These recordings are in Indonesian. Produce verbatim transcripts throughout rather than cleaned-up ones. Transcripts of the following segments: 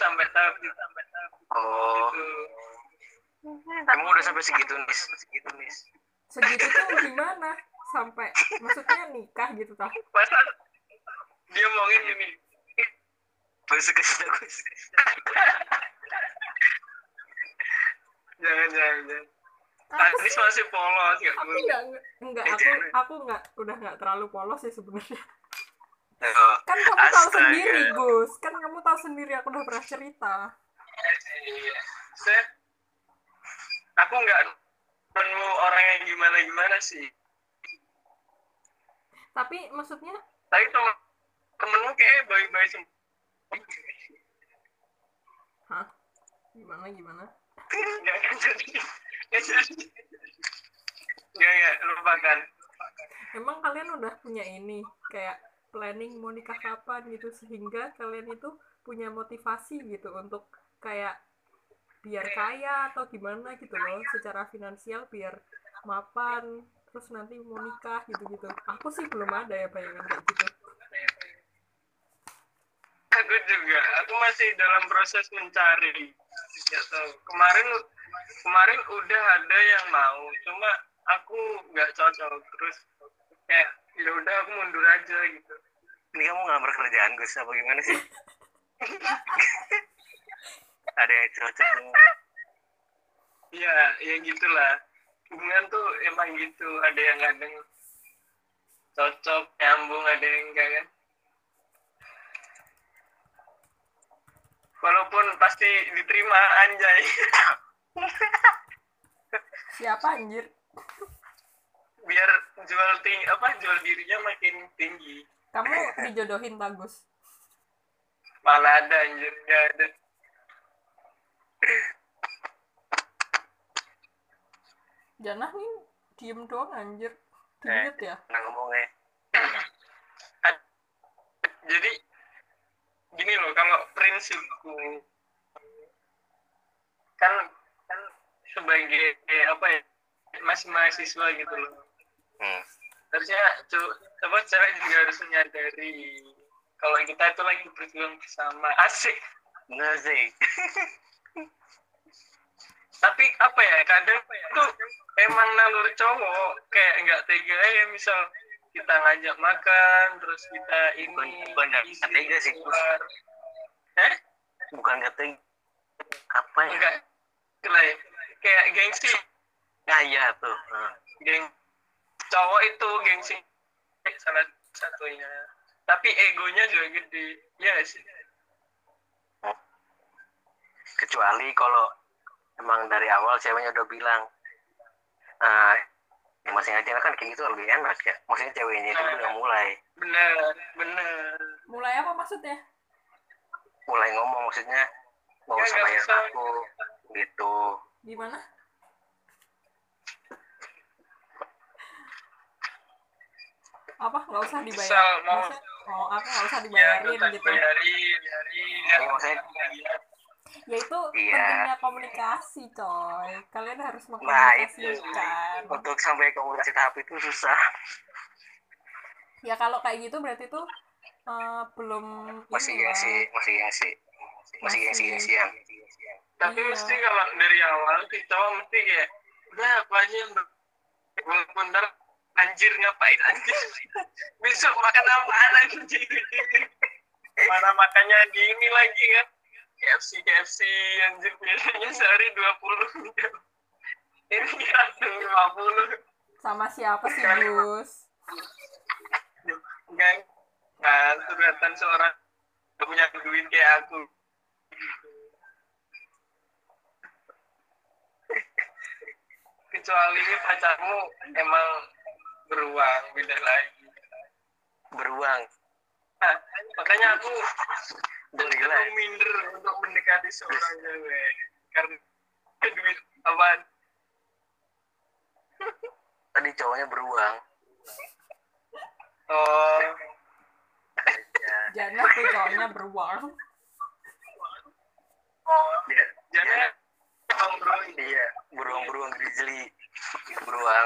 sampai tahap itu. Oh. Kamu udah sampai segitu nih, segitu nih. Segitu tuh gimana? Sampai maksudnya nikah gitu tah? Masa dia ngomongin gini. Bagus bagus. Jangan jangan jangan. Aku Anis sih, masih polos ya. aku nggak nggak aku aku nggak udah nggak terlalu polos sih sebenarnya. Oh, Kan kamu tahu astaga. sendiri Gus, kan kamu tahu sendiri aku udah pernah cerita. Iya. Saya, aku nggak nemu orang yang gimana gimana sih. Tapi maksudnya Tapi temen temenmu kayak baik-baik semua. hah? Gimana gimana? Nggak nggak jadi. Nggak jadi. Nggak nggak lupakan. Emang kalian udah punya ini kayak planning mau nikah kapan gitu sehingga kalian itu punya motivasi gitu untuk kayak biar kaya atau gimana gitu loh secara finansial biar mapan terus nanti mau nikah gitu-gitu. Aku sih belum ada ya bayangan kayak gitu. Aku juga. Aku masih dalam proses mencari. Nggak tahu. Kemarin kemarin udah ada yang mau, cuma aku nggak cocok. Terus kayak ya udah aku mundur aja gitu. Ini kamu ngelamar kerjaan Gus apa gimana sih? Ada yang cocok nih. Ya, ya gitulah. Hubungan tuh emang gitu. Ada yang kadang cocok, nyambung, ada yang enggak kan. Walaupun pasti diterima, anjay. Siapa anjir? Biar jual tinggi, apa jual dirinya makin tinggi. Kamu dijodohin bagus. Malah ada anjir, nggak ada. Janah nih diem doang anjir. Di-mute ya? Nah ngomongnya. Jadi gini loh, kalau prinsipku kan kan sebagai apa ya, masih mahasiswa gitu loh. Hmm. Harusnya cu- coba cewek juga harus menyadari kalau kita itu lagi berjuang bersama. Asik. Bener sih. Tapi apa ya, kadang tuh emang naluri cowok kayak nggak tega ya, misal kita ngajak makan terus kita ini Bukan- bukan nggak isi tega sih, Gus. keluar. Eh Bukan katanya apa ya? enggak lah ya. Kayak gengsi. Nah iya tuh. Nah. Geng cowok itu gengsi salah satunya, tapi egonya juga gede ya sih. Kecuali kalau emang dari awal ceweknya udah bilang ah ya masing aja kan kayak gitu lebih enak ya, maksudnya ceweknya dulu yang mulai Bener bener. Mulai apa maksudnya? mulai ngomong, maksudnya mau Nggak, usah nggak bayar usah. aku gitu. Gimana? Apa nggak usah dibayar? Misal mau Maksudnya, oh aku nggak usah ya dibayarin kita gitu. bayarin bayarin Iya, maksudnya Ya itu Iya. pentingnya komunikasi coy. Kalian harus nah itu mengkomunikasikan. untuk sampai komunikasi tahap itu susah. Ya kalau kayak gitu berarti tuh eh, belum Masih ini lah. gengsi, masih gengsi, masih Masih. gengsi gengsian. tapi Iya. mesti kalau dari awal si cowok mesti kayak udah aku aja yang ber- walaupun ntar anjir ngapain anjir besok makan apaan anjir mana makannya gini lagi kan K F C K F C anjir biasanya sehari dua puluh ini langsung lima puluh. Sama siapa sih Gus? Enggak kan kelihatan seorang gak punya duit kayak aku. Kecuali pacarmu emang beruang, beda lagi. Beruang. Nah, makanya aku Gorila. cenderung minder untuk mendekati seorang cewek karena duit apaan. Tadi cowoknya beruang. Oh, Ya. Jangan tuh cowoknya beruang. oh, Dia, jadi dia, emang bro iya, beruang-beruang grizzly, beruang.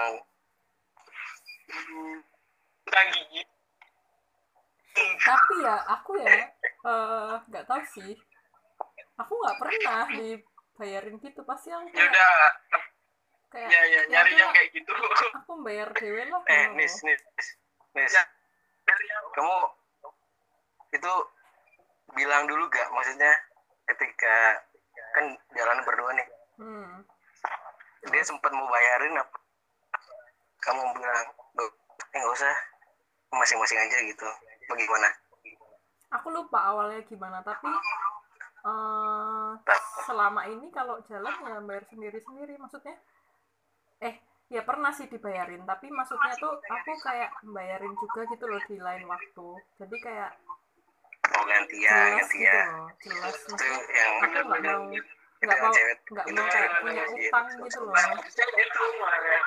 tak gigi. Tapi ya aku ya eh, nggak tahu sih. aku nggak pernah dibayarin gitu, pasti yang Ya kayak udah, kayak ya ya nyari aku- yang kayak gitu. aku bayar dewe lah. Eh, gitu Nis, loh. Nis, Nis. Ya. Kamu itu bilang dulu gak, maksudnya ketika kan jalan berdua nih, Hmm. dia sempat mau bayarin apa? Kamu bilang, "Duh, eh nggak usah, masing-masing aja gitu." Bagaimana? Aku lupa awalnya gimana, tapi eh, selama ini kalau jalan ya bayar sendiri-sendiri, maksudnya eh ya pernah sih dibayarin, tapi maksudnya tuh aku kayak bayarin juga gitu loh di lain waktu, jadi kayak Oh gantian, jelas gitu gantian. loh, jelas, Itu maksudnya yang aku nggak bener-bener mau itu nggak yang mau cewek nggak itu mau cewek kayak punya sih. utang gitu loh. Itu makanya.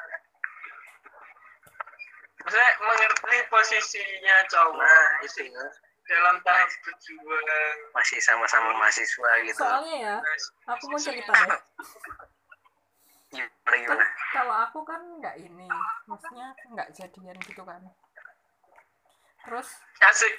Saya mengerti posisinya cowok Nah, itu ya. dalam tahap berjuang. Masih sama-sama mahasiswa gitu. Soalnya ya aku mau cerita deh, Gimana kan gimana? kalau aku kan nggak ini, maksudnya nggak jadian gitu kan, terus Asik.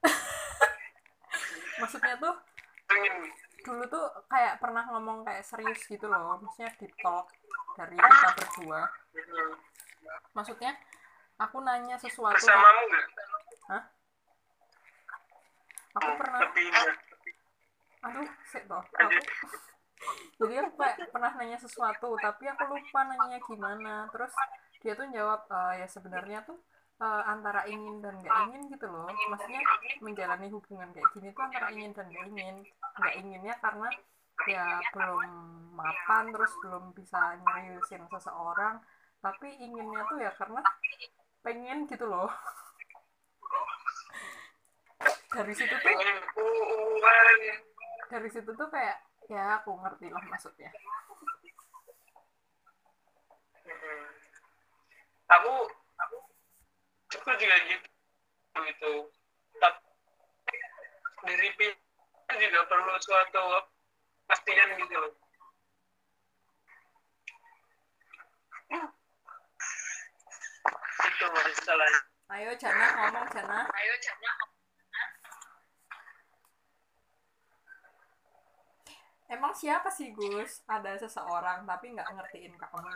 maksudnya tuh Pengen. dulu tuh kayak pernah ngomong kayak serius gitu loh, maksudnya di talk dari kita berdua, maksudnya aku nanya sesuatu tak- Bersamamu nggak? Hah? aku pernah Tapi enggak. aduh sih toh aku jadi aku kayak pernah nanya sesuatu tapi aku lupa nanya gimana, terus dia tuh jawab "Eh, ya sebenarnya tuh eh, antara ingin dan nggak ingin gitu loh, maksudnya menjalani hubungan kayak gini tuh antara ingin dan nggak ingin, nggak inginnya karena ya belum mapan, terus belum bisa nyeriusin seseorang, tapi inginnya tuh ya karena pengen gitu loh." dari situ tuh Pengen uuan. dari situ tuh kayak ya aku ngerti lah maksudnya. Mm-mm. Aku aku aku juga gitu gitu. Tapi dari pihak juga perlu suatu pastian gitu loh. Itu masalahnya. Ayo Jana ngomong Jana. Ayo Jana. Emang siapa sih Gus? Ada seseorang tapi nggak ngertiin kamu.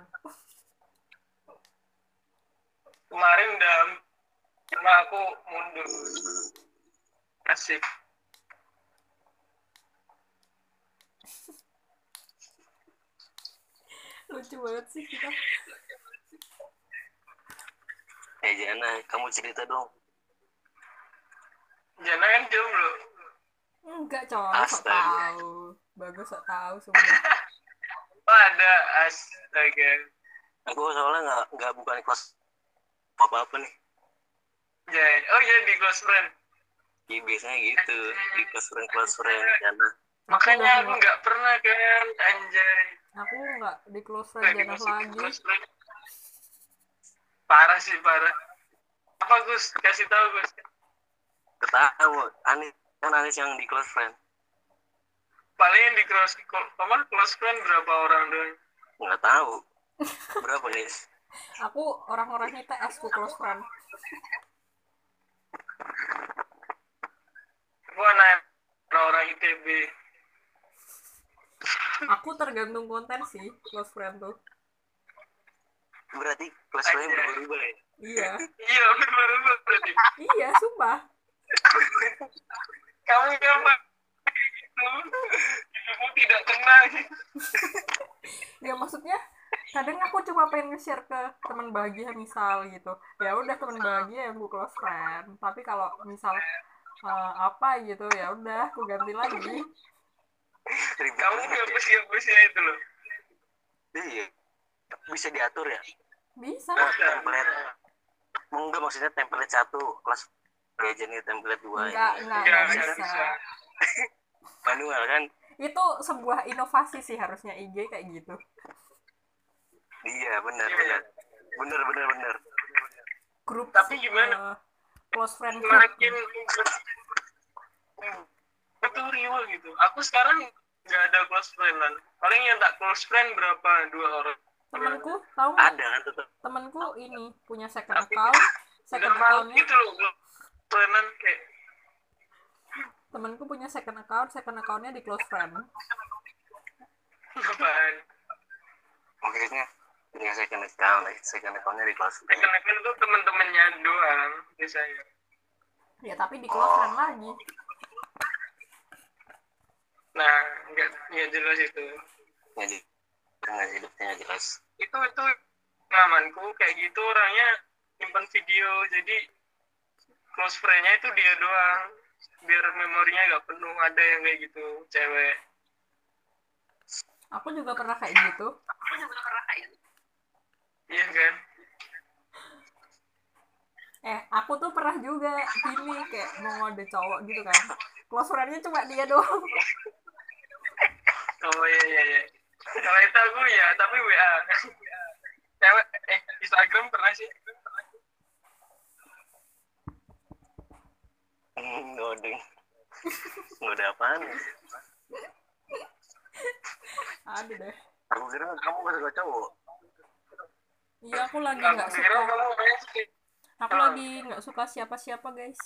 Kemarin udah karena aku mundur. Asik. Lucu banget sih kita. Eh Jana, kamu cerita dong. Jana kan jomblo. Enggak cowok, sok Astaga. tahu. Bagus sok tahu sumpah. Oh, ada astaga. Aku soalnya nggak nggak bukan kelas apa apa nih. Ya, oh ya di close friend. Ya, biasanya gitu di kelas friend kelas friend Jana. Makanya udah aku nggak- nggak pernah kan anjay. Aku nggak di close friend Nggak Jana dimasukin lagi. close friend. Parah sih parah. Apa Gus? Kasih tahu Gus. Ketahu Anis kan Anis yang di close friend. Paling di close apa close friend berapa orang doang? Nggak tahu berapa nih. Aku orang-orang I T S ku close friend. Aku anak orang I T B. Aku tergantung konten sih close friend tuh. Berarti close friend Anjay. berubah ya. Iya, Iya baru berarti. iya sumpah. Kamu kenapa? Hidupmu tidak tenang. Ya maksudnya kadang aku cuma pengen nge-share ke teman bahagia misal gitu, ya udah teman bahagia yang gue close friend, tapi kalau misal uh, apa gitu ya udah aku ganti lagi. Ribet Kamu banget nggak ya. usia-usia itu loh. Iya. Bisa diatur ya. Bisa. Oh, template. Enggak maksudnya template satu kelas legend template dua Enggak, ini. enggak, Nggak enggak nggak bisa. bisa. Manual kan. Itu sebuah inovasi sih harusnya I G kayak gitu. Iya benar Iya. benar. Benar benar benar. Grup Tapi gimana? uh, close friend group. Makin betul riwa gitu. Aku sekarang nggak ada close friend lan. Paling yang tak close friend berapa? Dua orang. Temenku tahu nggak? Ada kan tetap. Temenku ini punya second Tapi account, udah second malu accountnya gitu loh close friendan kayak temanku punya second account, second accountnya di close friend. Apaan? Maksudnya punya second account, second accountnya di close friend. Second account tuh temen-temennya doang biasanya. Ya tapi di close Oh. friend lagi. Nah, nggak nggak jelas itu. Nggak jelas, nggak hidupnya nggak jelas. Itu itu pengalamanku kayak gitu orangnya nyimpan video, jadi close friend-nya itu dia doang. Biar memorinya nggak penuh, ada yang kayak gitu, cewek. Aku juga pernah kayak gitu. Iya kan? Eh, aku tuh pernah juga gini kayak mau ngode cowok gitu kan. Close friend-nya cuma dia doang. Oh iya iya iya. Kalau itu aku ya, tapi W A. Cewek, eh Instagram pernah sih? Hmm, ngoding. Ngode apaan? Ada deh. Aku kira kamu gak suka cowok. Iya, aku lagi Aku nggak kira suka. kamu kayak sih. Aku lagi nggak suka siapa-siapa, guys.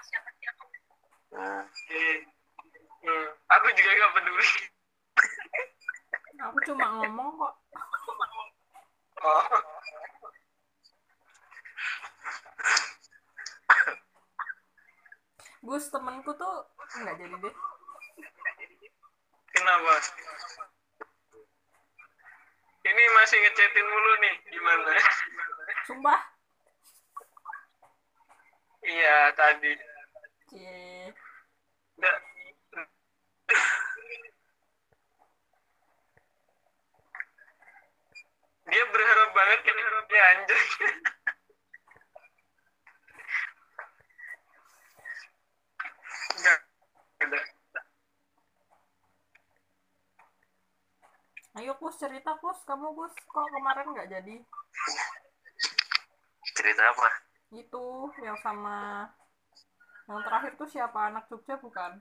Nah, Eh, hmm, aku juga nggak peduli. Aku cuma ngomong kok. Oh, Gus, temenku tuh nggak jadi deh. kenapa? Ini masih ngechatin mulu nih, gimana? Sumpah. Iya, tadi. Cie. Nggak. Dia berharap banget kan dia anjay. Enggak. Enggak. Ayo, Gus, cerita, Gus. Kamu, Gus, kok kemarin nggak jadi? cerita apa? Itu yang sama yang terakhir tuh siapa? Anak Jogja bukan?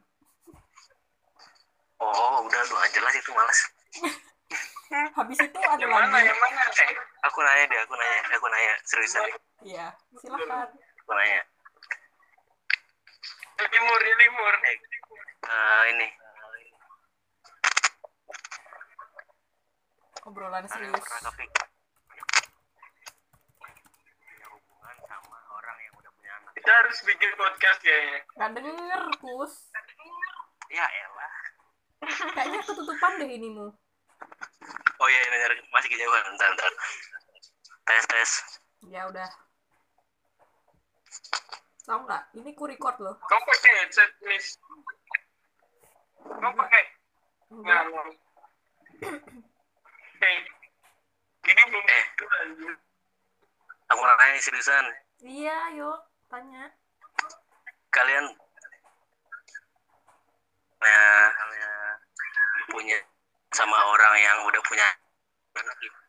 Oh, udah lu aja jelas itu males. Habis itu ada Yang mana? lagi. Yang mana? Eh, Aku nanya deh, aku nanya, aku nanya seriusan. Iya, silahkan. Aku nanya. Limur, ya limur. Eh, ini Obrolan kalian serius. pernah kepik punya hubungan sama orang yang udah punya anak? Kita harus bikin podcast kayaknya. Gak denger, Gus. Ya elah. Kayaknya ketutupan deh inimu. Oh iya, ini masih kejauhan. Bentar, bentar. Tes, tes. Ya udah. Tahu nggak? Ini ku record loh. Kamu pakai headset, Miss? Kamu pakai? Nggak, Enggak. mau. Oke. Ini belum Eh. itu anjir. Aku nanya seriusan. Iya, yuk. Tanya. Kalian nah, punya sama orang yang udah punya anak gitu?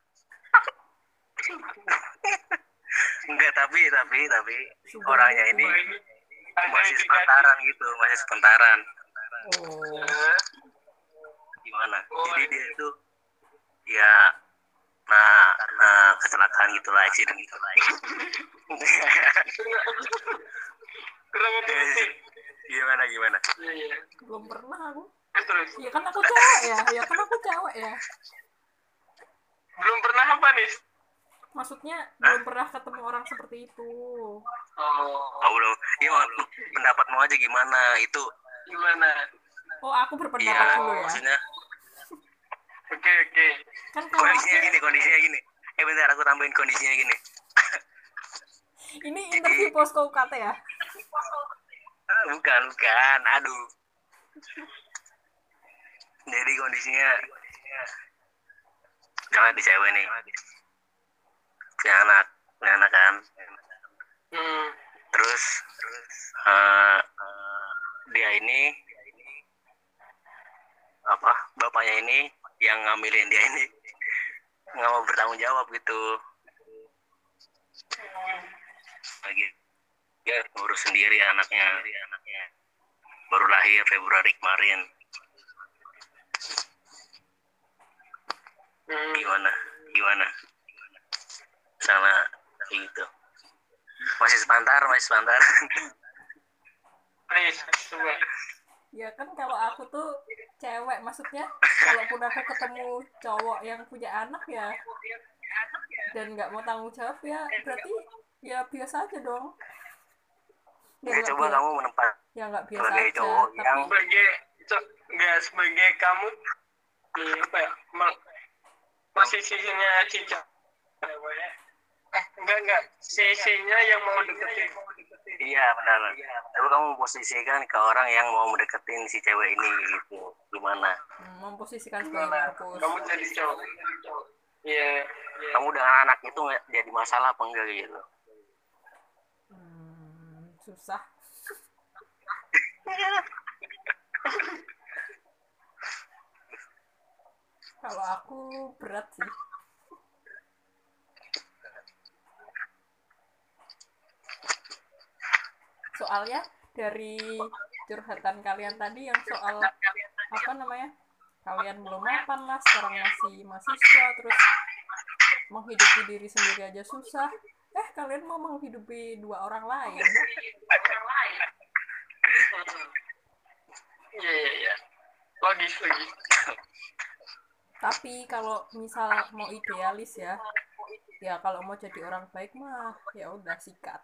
Enggak, tapi tapi tapi Sudah. orangnya ini Wah, ini ada masih indikasi. sepantaran gitu, masih sepantaran. Oh. Eh, Gimana? Oh, Jadi dia itu ya nah karena kecelakaan gitulah, accident gitulah. Kurang lebih sih. Gimana gimana? Iya, iya. Belum pernah aku. Terus, terus. Ya kan aku cewek ya. Ya kan aku cewek ya. Belum pernah apa nih? Maksudnya belum pernah ketemu orang seperti itu. Oh, Oh belum. Iya, pendapatmu aja gimana? Itu gimana? Oh, aku berpendapat ya dulu ya. maksudnya Oke, oke. Kan kalau kondisinya gini, kondisinya gini. Eh bentar, aku tambahin kondisinya gini. ini interview posko U K T ya. Ah, bukan, bukan. Aduh. Jadi kondisinya karena di cewek nih, punya anak, punya anak kan. Hmm. Terus, eh, eh, dia ini apa? Bapaknya ini yang ngambilin dia ini nggak mau bertanggung jawab gitu. Lagi dia ngurus sendiri anaknya, anaknya baru lahir Februari kemarin. Hmm. Gimana? Gimana? Sama gitu. Masih sepantar, masih sepantar. Nih, coba. Ya kan kalau aku tuh cewek, maksudnya kalaupun aku ketemu cowok yang punya anak ya dan nggak mau tanggung jawab ya berarti ya biasa aja dong. Ya Ya nggak coba biasa, kamu menempatkan ya nggak biasa sebagai aja. cowok Tapi yang sebagai co- nggak sebagai kamu di apa ya mel- posisinya si cewek eh enggak enggak sisinya yang mau deketin. iya benar. Coba kamu posisikan ke orang yang mau mendeketin si cewek ini gitu. Gimana? hmm, memposisikan sebagai Gimana Markus. kamu jadi cowok? Iya. Kamu dengan anak itu nggak jadi masalah apa enggak gitu? Hmm, susah. Kalau aku berat sih. Soalnya dari curhatan kalian tadi yang soal apa namanya? Kalian belum mapan lah, sekarang masih mahasiswa, terus menghidupi diri sendiri aja susah. Eh, kalian mau menghidupi dua orang lain. Iya iya iya. Logis logis. Tapi kalau misal mau idealis ya, ya kalau mau jadi orang baik mah ya udah sikat.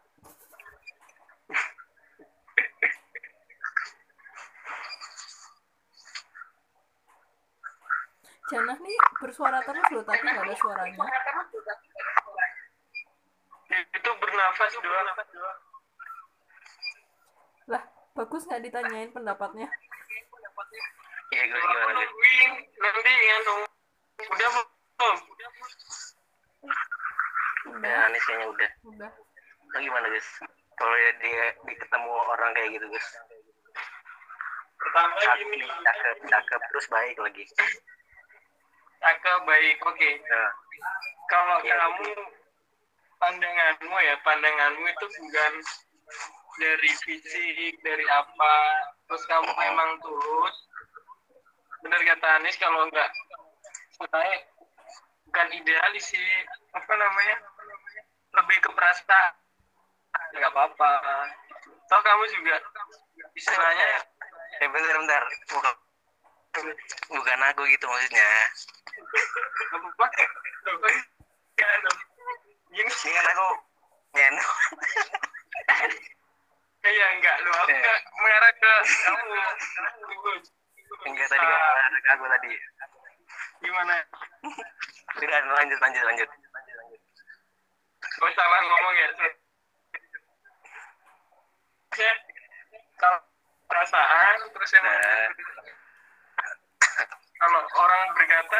Janah nih bersuara terus loh, tapi nggak ada suaranya. Itu bernafas doang. Lah, bagus nggak ditanyain pendapatnya? Iya gue Aku gimana? Gus? nungguin nanti ya nung. Udah belum? Ya Anis kayaknya udah. Udah. Nah, gimana guys? Kalau dia, dia di ketemu orang kayak gitu guys, Pertama cakep, gini. cakep, cakep terus baik lagi. Cakep baik. Oke. Nah, Kalau Iya, kamu pandanganmu ya pandanganmu itu bukan dari fisik dari apa terus kamu Mm-mm. emang tulus bener kata Anis kalau enggak sebenarnya bukan idealis sih apa namanya lebih ke perasaan nggak apa-apa toh kamu juga istilahnya eh bentar bentar, bukan bukan aku gitu maksudnya. apa ya dong gini Ini kan aku nyen. ya enggak lu aku Eh. enggak mengarah ke kamu Enggak tadi kan ada ke aku tadi. gimana Udah lanjut lanjut lanjut. kau salah ngomong ya saya kalau perasaan terus emang Nah. kalau orang berkata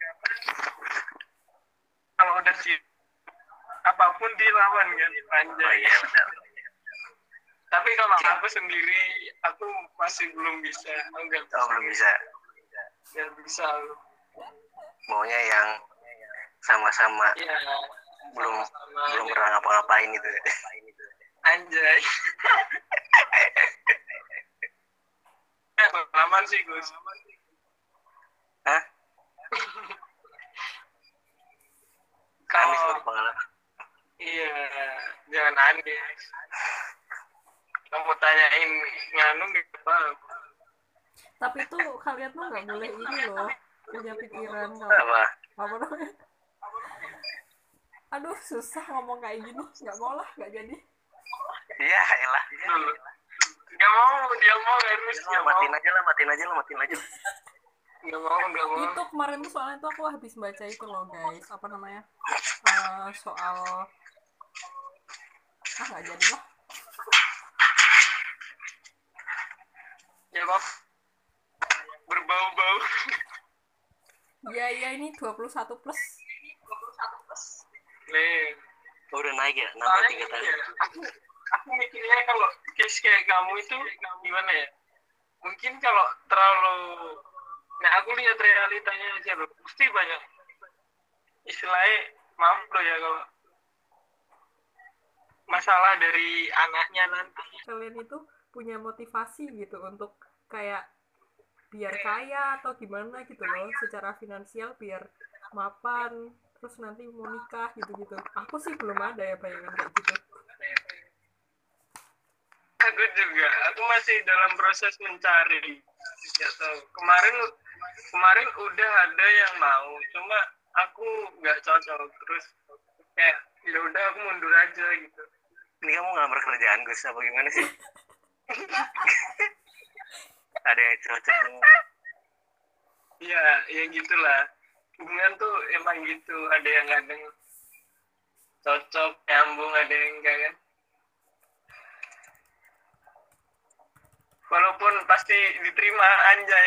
kalau udah sih apapun dilawan kan Oh panjang iya benar. tapi kalau aku sendiri aku masih belum bisa enggak bisa Oh belum bisa. enggak bisa Maunya yang sama-sama ya belum sama belum pernah ngapa-ngapain gitu. anjay ya, pengalaman sih Gus Hah? Anis kalau baru pengalaman. iya jangan aneh kamu tanyain nganu gitu paham Tapi tuh kalian tuh nggak boleh ini loh, punya pikiran kalau Apa? apa namanya? Aduh, susah ngomong kayak gini. Nggak mau lah, nggak jadi. Iya elah. dulu nggak mau dia mau harus Ya, nggak mau matiin aja lah, matiin aja lah, matiin aja. nggak mau nggak mau Itu kemarin tuh soalnya tuh aku habis baca itu loh guys, apa namanya? Eh, soal ah nggak jadi lah. ya Bob berbau-bau Ya ya ini dua puluh satu plus. nih Oh, udah naik ya, nambah soalnya tiga gini tahun. ya, aku aku mikirnya kalau case kayak kamu itu gimana ya mungkin kalau terlalu nah aku lihat realitanya aja loh pasti banyak istilahnya maaf loh ya kalau masalah dari anaknya nanti Kalian itu punya motivasi gitu untuk kayak biar kaya atau gimana gitu loh, secara finansial biar mapan, terus nanti mau nikah gitu-gitu. Aku sih belum ada ya bayangan kayak gitu. aku juga aku masih dalam proses mencari. Nggak tahu kemarin kemarin udah ada yang mau cuma aku nggak cocok terus kayak ya udah aku mundur aja gitu. Ini kamu ngelamar kerjaan Gus apa gimana sih? Ada yang cocok tuh. Ya ya gitulah hubungan tuh emang gitu ada yang kadang cocok nyambung ada yang enggak kan walaupun pasti diterima anjay.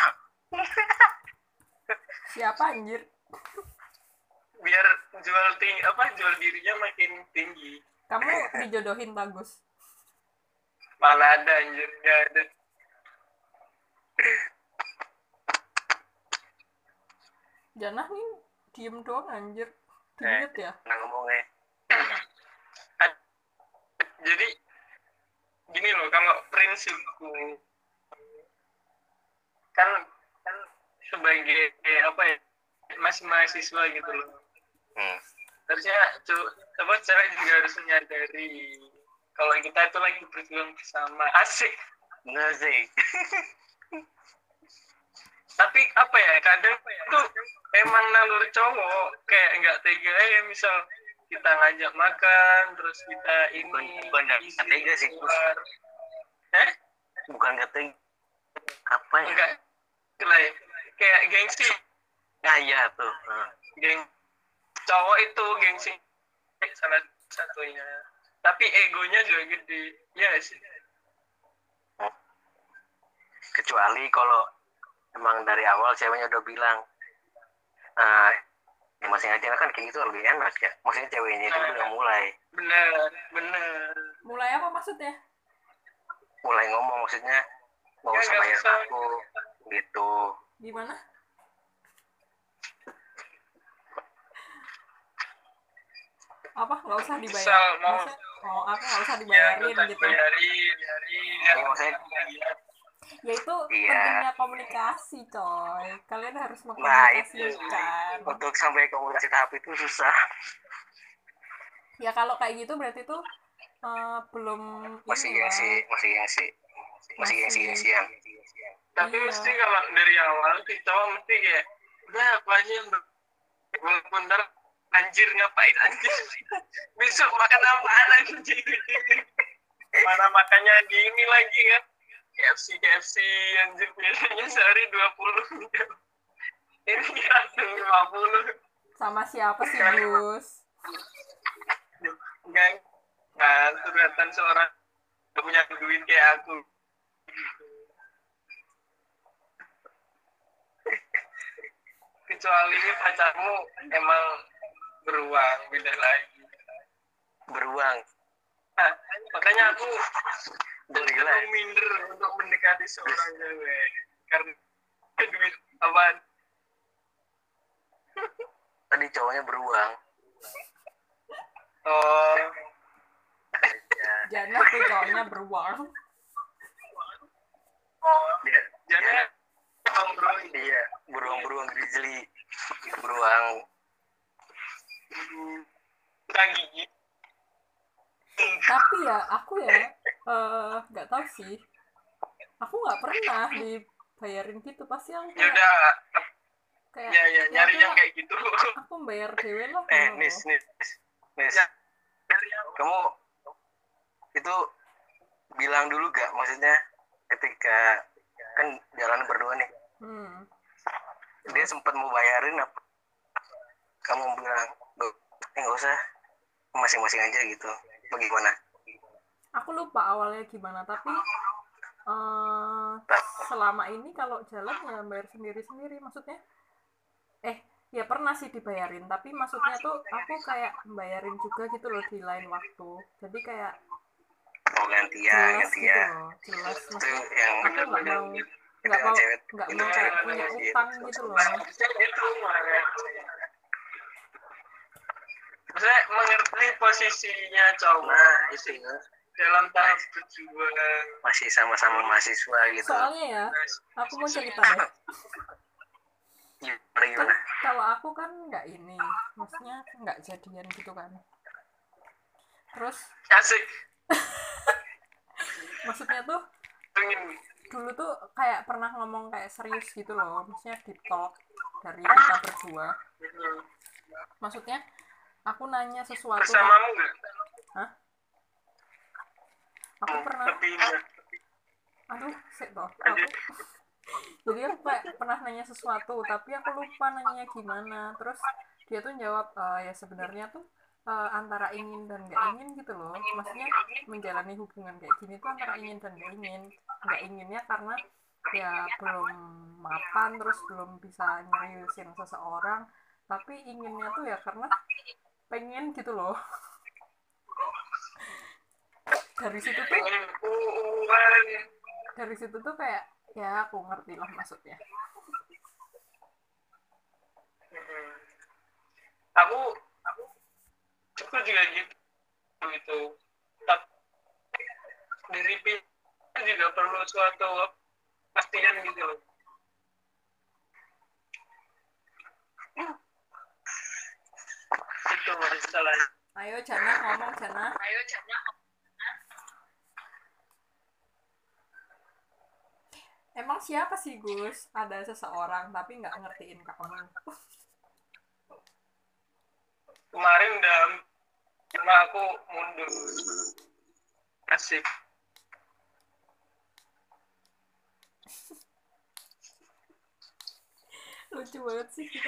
Siapa anjir? Biar jual tinggi apa jual dirinya makin tinggi. Kamu dijodohin bagus. Malah ada anjir nggak ada. Janah nih diem doang anjir. Diet ya? Nah ngomongnya. Jadi gini loh kalau prinsipku kan kan sebagai apa ya masih mahasiswa gitu loh. Hmm. Harusnya cu- apa cewek juga harus menyadari kalau kita itu lagi berjuang bersama asik Nggak sih. tapi apa ya kadang tuh emang naluri cowok kayak nggak tega ya misal kita ngajak makan terus kita ini Bukan- bukan nggak isi tega sih, Gus. keluar. eh Bukan nggak tega. Apa ya? enggak lah ya. Kayak gengsi Nah iya tuh. Nah. geng cowok itu gengsi salah satunya tapi egonya juga gede ya sih. Kecuali kalau emang dari awal ceweknya udah bilang ah ya masing-masing kan kayak gitu lebih enak ya, maksudnya ceweknya dulu yang mulai Bener bener Mulai apa maksudnya? mulai ngomong, maksudnya mau Nggak, sama nggak yang usah. aku gitu. Gimana? Apa nggak usah dibayar? Misal mau- Maksudnya, oh aku nggak usah ya dibayarin kita gitu. bayarin bayarin Ya, maksudnya Ya itu Iya. pentingnya komunikasi coy. Kalian harus Nah, itu. mengkomunikasikan. untuk sampai komunikasi tahap itu susah. Ya kalau kayak gitu berarti tuh eh, belum Masih ini lah. gengsi, masih gengsi, masih Masih. gengsi gengsian. tapi Iya. mesti kalau dari awal si cowok mesti kayak udah aku aja yang ber- walaupun ntar anjir ngapain anjir besok makan apaan anjir mana makannya gini lagi kan K F C K F C anjir biasanya sehari dua puluh ini langsung lima puluh Sama siapa sih Gus? enggak kan ternyata seorang punya duit kayak aku kecuali pacarmu emang beruang beda lagi. Beruang. Nah, makanya aku Gila. cenderung minder untuk mendekati seorang cewek karena duit apaan? Tadi cowoknya beruang. Oh, Ya, Jangan tuh cowoknya beruang. dia, jangan dia, emang bro. iya, beruang-beruang grizzly, beruang. Bukan gigi. Tapi ya aku ya eh, nggak tahu sih. Aku nggak pernah dibayarin gitu. Pasti yang Ya kayak, udah, kayak ya ya nyari udah, yang kayak gitu. aku bayar dewe lah. Eh, gitu. Nis, Nis, Nis. Ya. Kamu itu bilang dulu gak, maksudnya ketika kan jalan berdua nih, Hmm. dia sempat mau bayarin apa? Kamu bilang, "Duh, eh nggak usah, masing-masing aja gitu." Bagaimana? Aku lupa awalnya gimana, tapi eh, selama ini kalau jalan ya bayar sendiri-sendiri. Maksudnya, eh ya pernah sih dibayarin, tapi maksudnya tuh aku kayak bayarin juga gitu loh di lain waktu. Jadi kayak Oh gantian, jelas gitu gantian. loh, jelas. Itu Maksudnya yang aku nggak mau nggak dengan mau cewek nggak itu mau kayak cewek punya gitu. utang gitu loh. Itu maksudnya mengerti posisinya cowok Nah, itu ya. dalam tahap berjuang. Masih sama-sama mahasiswa gitu. Soalnya ya, aku mau cerita deh. Gimana Kan gimana? kalau aku kan nggak ini, maksudnya nggak jadian gitu kan. Terus Asik. Maksudnya tuh pengen dulu tuh kayak pernah ngomong kayak serius gitu loh, maksudnya deep talk dari kita berdua. hmm, Maksudnya aku nanya sesuatu tak, bersamamu nggak hah? Aku pernah, tapi nggak aduh, sih toh, aja. aku jadi aku kayak pernah nanya sesuatu tapi aku lupa nanya gimana, terus dia tuh jawab "Eh, ya sebenarnya tuh eh, antara ingin dan gak ingin gitu loh, maksudnya menjalani hubungan kayak gini tuh antara ingin dan gak ingin. Gak inginnya karena ya belum mapan, terus belum bisa nyeriusin seseorang, tapi inginnya tuh ya karena pengen gitu loh. Dari situ tuh Pengen uuan. dari situ tuh kayak ya aku ngerti lah maksudnya. Hmm. Aku aku juga gitu itu. Tapi dari pihak juga perlu suatu pastian gitu loh. Itu masalahnya. Ayo Jana ngomong Jana. Ayo Jana. Emang siapa sih Gus? Ada seseorang tapi nggak ngertiin kamu. Kemarin udah karena aku mundur. Asik. Lucu banget sih kita.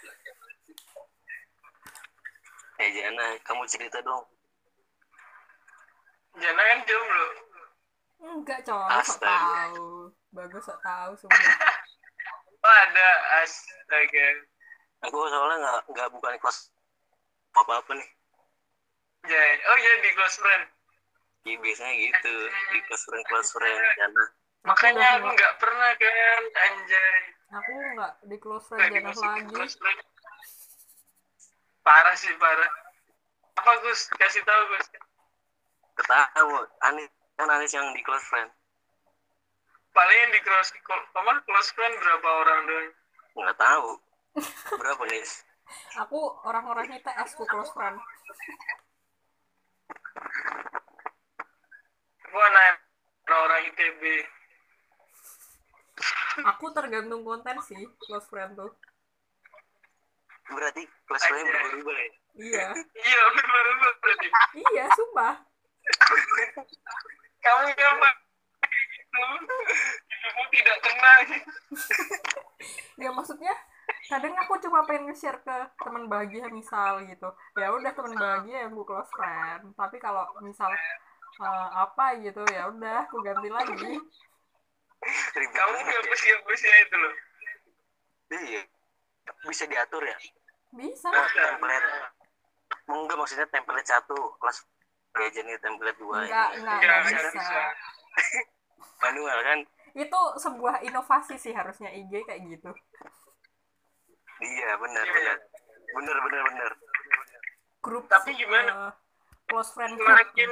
Eh Jana, kamu cerita dong. Jana kan jomblo. Enggak coy, sok Astaga. tahu. Bagus sok tahu semua. Oh ada astaga. Aku soalnya nggak nggak bukan kelas apa apa nih. Ya, oh ya di close friend. Iya biasanya gitu di kelas friend kelas friend Jana. Makanya udah aku nggak- nggak pernah kan anjay. Aku nggak di close friend Jana masih di lagi. close friend. Parah sih parah. Apa Gus? Kasih tahu Gus. Ketahu Anis kan Anis yang di close friend. Paling yang di close apa close friend berapa orang doang? Nggak tahu berapa nih. Aku orang-orangnya T S ku close friend. Aku anak orang I T B. Aku tergantung konten sih close friend tuh. Berarti close friend Anjay. berubah ya. Iya, Iya benar-benar berarti. iya sumpah. Kamu kenapa gitu? Hidupmu tidak tenang. Ya maksudnya kadang aku cuma pengen nge-share ke teman bahagia misal gitu, ya udah teman bahagia yang gue close friend, tapi kalau misal uh, apa gitu ya udah aku ganti lagi. Ribet Kamu banget nggak ya. bersih-bersih itu loh. Iya bisa diatur ya. Bisa Nah, template enggak maksudnya template satu kelas legend ini template dua enggak ini. enggak Ya, enggak nggak bisa. bisa. Manual kan. Itu sebuah inovasi sih harusnya I G kayak gitu. Iya benar Iya, benar benar benar benar. Grup Tapi gimana? uh, close friend group. Makin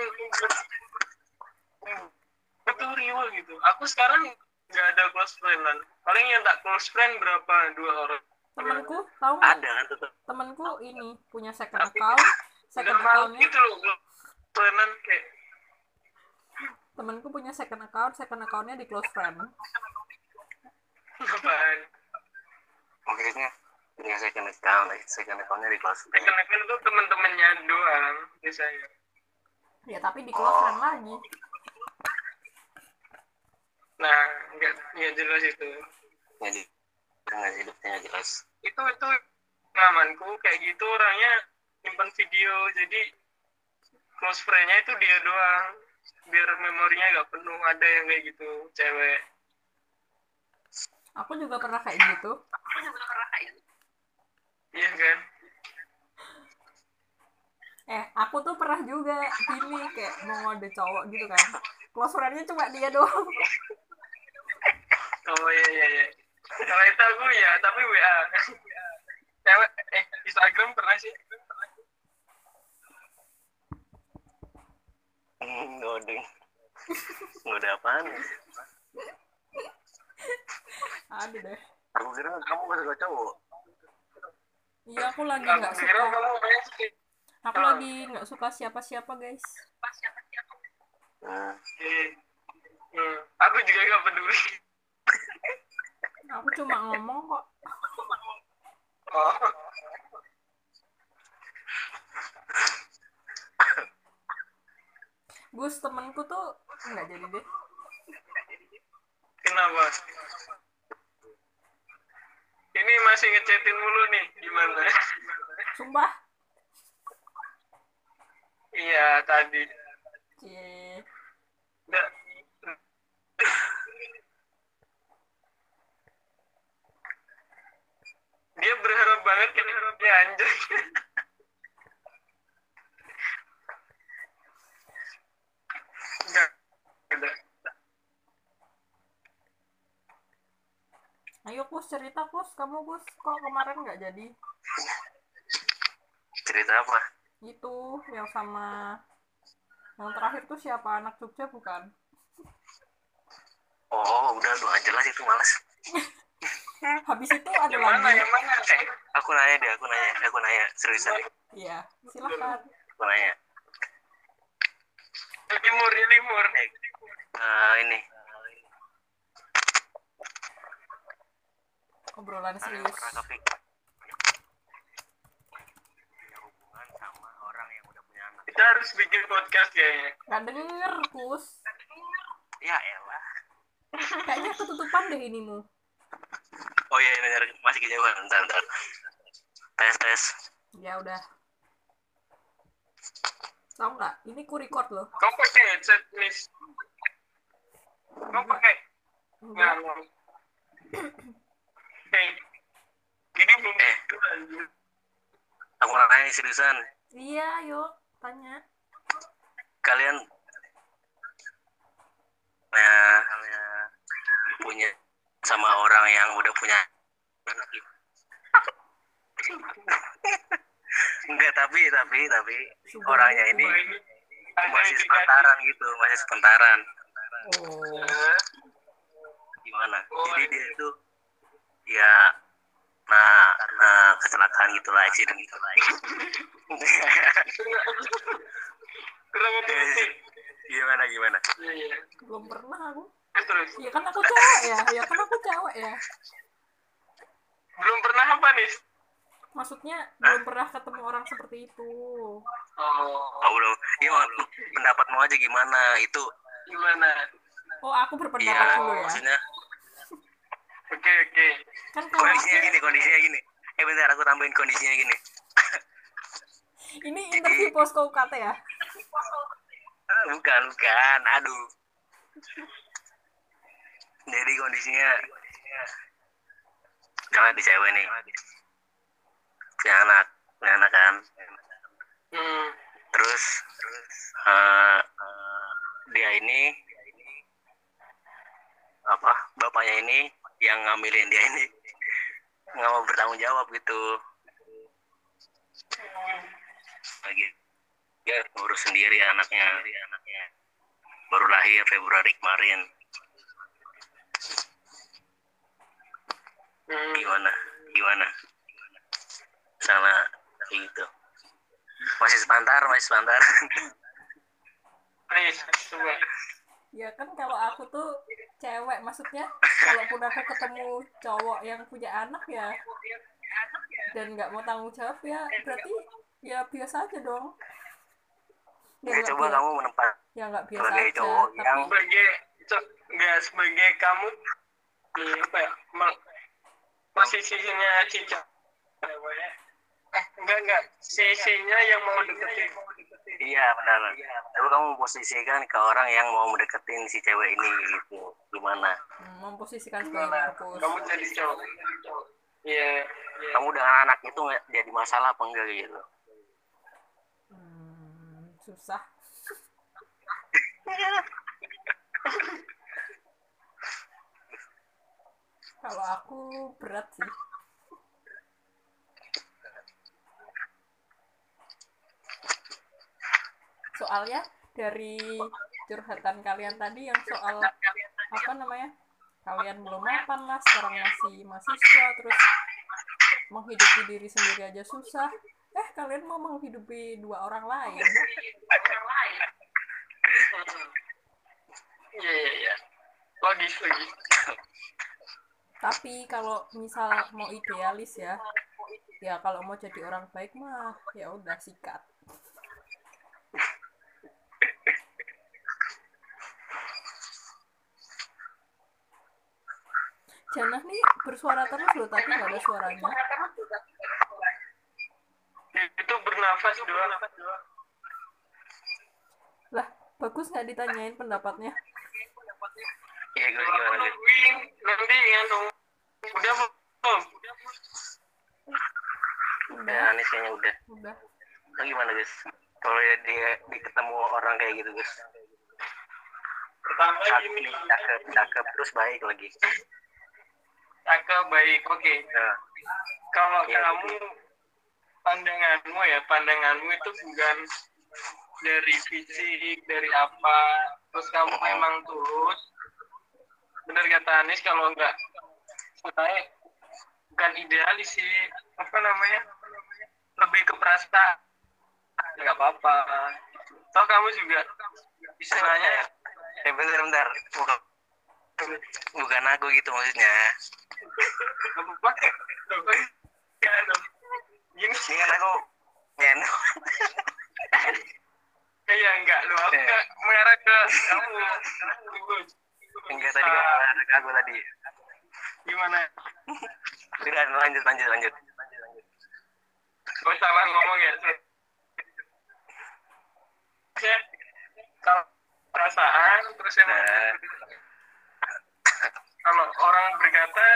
betul riwa gitu. Aku sekarang nggak ada close friend lan. Paling yang tak close friend berapa? Dua orang. Temanku tahu nggak? Ada kan tetap. Temanku ini punya second account, second Udah malu accountnya gitu loh. Friendan kayak temanku punya second account, second accountnya di close friend. apaan? Maksudnya punya second account, second accountnya di kelas friend. Second account itu teman-temannya doang biasanya. Ya tapi di close friend lagi. Nah, nggak nggak jelas itu. Nggak jelas, nggak hidupnya nggak jelas. Itu itu pengalamanku kayak gitu orangnya simpan video jadi close friend-nya itu dia doang biar memorinya nggak penuh. Ada yang kayak gitu cewek. Aku juga pernah kayak gitu. Iya kan? Eh, aku tuh pernah juga gini kayak mau ngode cowok gitu kan. Close friend-nya cuma dia doang. Oh iya iya iya. Kalau itu aku ya tapi W A. Cewek eh Instagram pernah sih. Ngoding. Ngode apaan? Ada deh. Aku kira kamu nggak suka cowok. Iya, aku lagi Aku nggak kira suka. kamu main sih. Aku lagi nggak suka siapa-siapa guys. Nah, Eh, Hmm, aku juga gak peduli. Aku cuma ngomong kok. Oh, Gus, temenku tuh nggak jadi deh. kenapa? Ini masih ngechatin mulu nih, gimana? Sumpah. Iya, tadi. Cie. Nggak. Dia berharap banget kan dia anjay. Enggak. Enggak. Ayo Gus, cerita Gus. Kamu Gus, kok kemarin nggak jadi? Cerita apa? Itu yang sama yang terakhir tuh siapa? Anak Jogja bukan? Oh, udah lu aja jelas itu males. Habis itu ada Yang mana? lagi. Yang mana? Eh, aku nanya deh, aku nanya, aku nanya seriusan deh. Iya, silakan. Aku nanya. Limur, ya limur. Eh, ini Obrolan kalian serius. pernah kepik punya hubungan sama orang yang udah punya anak? Kita harus bikin podcast kayaknya. Gak denger, Gus. Ya elah. Kayaknya ketutupan deh inimu. Oh iya, benar, masih kejauhan. Bentar, bentar. Tes, tes. Ya udah. Tahu nggak? Ini ku record loh. Kau pakai headset, Miss? Kau pakai? Nggak, Enggak. nggak. Hey, gini belum Eh. itu anjir. Aku nanya seriusan. Iya, yuk. Tanya. Kalian nah, kalian punya sama orang yang udah punya anak gitu? Enggak, tapi tapi tapi Sudah orangnya gitu, ini Bang. Ada masih indikasi. sepantaran gitu, masih sepantaran. Oh. Eh, Gimana? Jadi dia itu ya nah karena kecelakaan gitulah, accident gitulah. kurang hati-hati. Gimana gimana? Iya. Belum pernah aku. Terus, terus. Ya kan aku cewek ya. Ya kan aku cewek ya. Belum pernah apa nih? Maksudnya belum pernah ketemu orang seperti itu. Oh, Oh belum. Iya, pendapatmu aja gimana itu? gimana? Oh, aku berpendapat Iya, dulu ya. maksudnya Oke, oke. Kan kalau kondisinya aku, gini, kondisinya gini. Eh bentar, aku tambahin kondisinya gini. ini interview posko U K T ya. Ah, bukan, bukan. Aduh. Jadi kondisinya jangan di cewek nih. Punya anak, punya anak kan. Hmm. Terus, terus uh, uh, dia ini apa? Bapaknya ini yang ngambilin dia ini nggak mau bertanggung jawab gitu. Lagi dia ngurus sendiri anaknya, anaknya baru lahir Februari kemarin. Hmm. Gimana? Gimana? Sama gitu. Masih sepantar, masih sepantar. Nih, coba. Ya kan kalau aku tuh cewek, maksudnya kalaupun aku ketemu cowok yang punya anak ya dan nggak mau tanggung jawab ya berarti ya biasa aja dong. Ya Ya, nggak coba biasa, kamu menempat ya nggak biasa sebagai aja. cowok Tapi yang Sebagai, co- nggak sebagai kamu, di apa ya? Mel- posisinya Cica. Eh, enggak, enggak. Sisinya yang mau deketin. iya benar. Lalu kamu posisikan ke orang yang mau mendeketin si cewek ini gitu. Gimana? hmm, memposisikan sebagai Gimana? Markus. Kamu jadi cowok. Iya. Kamu dengan anak itu nggak jadi masalah apa enggak gitu? Hmm, susah. Kalau aku berat sih. Soalnya dari curhatan kalian tadi yang soal apa namanya, kalian belum mapan lah, sekarang masih mahasiswa, terus menghidupi diri sendiri aja susah. Eh, kalian mau menghidupi dua orang lain. Iya, iya, iya. logis logis. Tapi kalau misal mau idealis ya, ya kalau mau jadi orang baik mah ya udah sikat. Janah nih bersuara terus loh, tapi nggak ada suaranya. Itu bernafas doang. Lah, bagus nggak ditanyain pendapatnya? Iya, gue gimana Gus? Nungguin nanti anu udah belum? Udah, Anis kayaknya udah. Udah. Lo gimana Gus? Kalau dia, dia, dia ketemu orang kayak gitu Gus? Pertama Cakep, gini, cakep, cakep, terus baik lagi. cakep baik, oke. Nah, Kalau Iya, kamu pandanganmu ya, pandanganmu itu bukan dari fisik, dari apa, terus kamu memang tulus. Bener kata Anis, kalau enggak, sebenarnya bukan idealis sih, apa namanya, lebih ke perasaan, nggak apa-apa. Toh kamu juga istilahnya, eh bentar, bentar. Bukan, bukan aku gitu maksudnya. apa? Gini, Ini kan aku nyeno. iya enggak, lu aku Iya. enggak mengarah ke kamu. Enggak, tadi kan ada ke aku tadi. Gimana? Udah, lanjut, lanjut, lanjut. Oh, salah ngomong ya. Saya kalau perasaan terus yang Nah, kalau orang berkata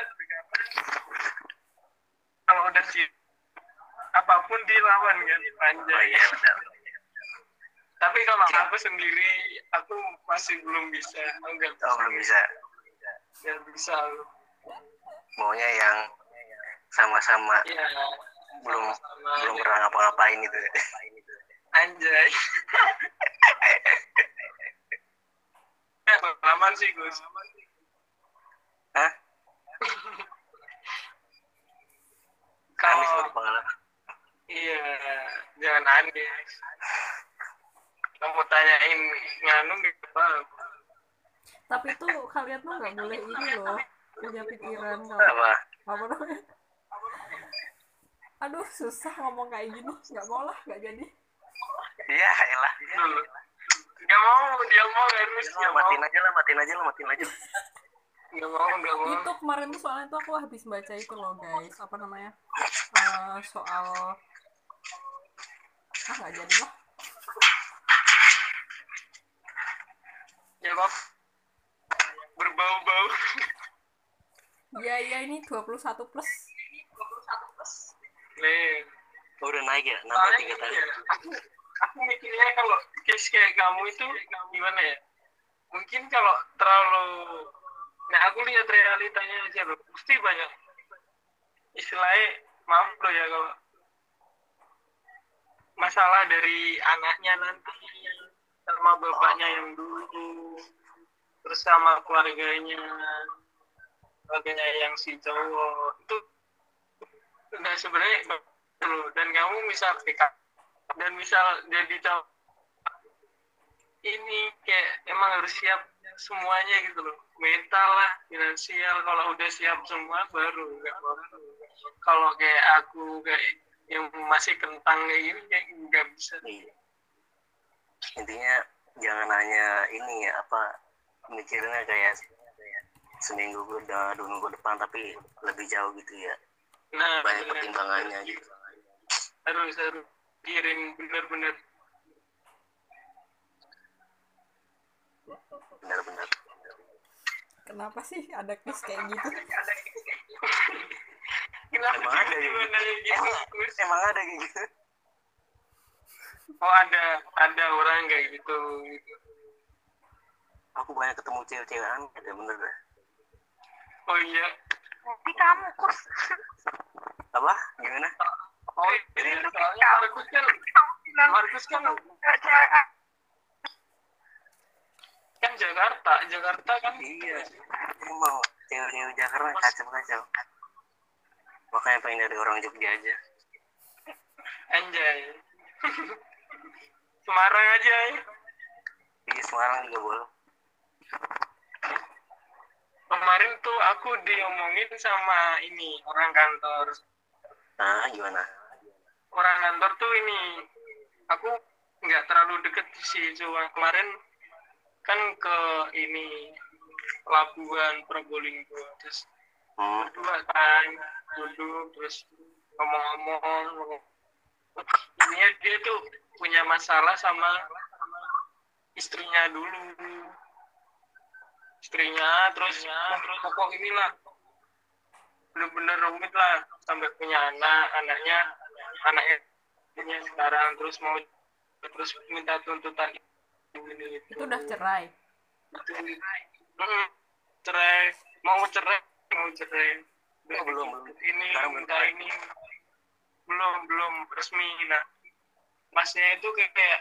kalau udah siap apapun dilawan kan oh panjang. iya, benar. Tapi kalau aku sendiri aku masih belum bisa. Enggak Oh, belum bisa. Enggak bisa. Maunya yang sama-sama Ya, belum sama belum pernah ngapa-ngapain itu. anjay. Ya, pengalaman sih, Gus. Hah? Anis Kalau baru pengalaman. iya, jangan Anis. Kamu tanyain nganu gitu paham. Tapi tuh kalian tuh nggak boleh ini loh, punya pikiran kalau Apa? apa namanya? Aduh, susah ngomong kayak gini. Nggak mau lah, nggak jadi. Ya, elah. Dulu. Gak mau, dia mau harus Ya, dia mau. matiin aja lah, matiin aja lah, matiin aja. Gak mau, gak mau. Itu kemarin tuh soalnya tuh aku habis baca itu loh guys, apa namanya? Eh, soal ah nggak jadi lah. Ya kok berbau-bau. Iya iya ini dua puluh satu plus. Nih, Oh, udah naik ya, nambah soalnya tiga gini tahun. ya, aku, aku mikirnya kalau case kayak kamu itu gimana ya? Mungkin kalau terlalu, nah aku lihat realitanya aja loh, pasti banyak istilahnya, maaf loh ya kalau masalah dari anaknya nanti sama bapaknya yang dulu, terus sama keluarganya, keluarganya yang si cowok itu, nah sebenarnya loh. Dan kamu misal dan misal jadi cowok ini kayak emang harus siap semuanya gitu loh, mental lah, finansial. Kalau udah siap semua baru nggak apa-apa. Kalau kayak aku kayak yang masih kentang kayak gini kayak nggak bisa. Iya. Intinya jangan hanya ini ya, apa, mikirnya kayak seminggu ke udah dua minggu depan, tapi lebih jauh gitu ya. Nah, Banyak bener. pertimbangannya gitu. harus harus pikirin bener-bener. Benar-benar. Kenapa sih ada case kayak gitu? Kenapa Emang ada sih gitu? nanya gitu? Emang, emang ada kayak gitu? Oh ada ada orang kayak gitu. gitu. Aku banyak ketemu cewek-cewek aneh, ada bener dah. Oh iya. Di kamu kus. Apa? Gimana? Oh jadi soalnya Markus kan Markus kan Cewek kan Jakarta, Jakarta kan. Iya. Emang cewek-cewek Jakarta kacau-kacau. Makanya pengen dari orang Jogja aja. Anjay. Semarang aja ya. Di Semarang juga boleh. Kemarin tuh aku diomongin sama ini orang kantor. Nah, gimana? Orang kantor tuh ini, aku nggak terlalu deket sih, cuma kemarin kan ke ini pelabuhan Probolinggo, terus Hmm. berdua kan duduk terus ngomong-ngomong. Ini dia tuh punya masalah sama istrinya dulu, istrinya terus terus pokok inilah bener-bener rumit lah sampai punya anak anaknya anaknya punya sekarang terus mau terus minta tuntutan ini Itu udah cerai. Mm, cerai mau cerai mau cerai Oh, belum, belum. ini Sekarang belum minta cerai. ini belum belum resmi. Nah masnya itu kayak kayak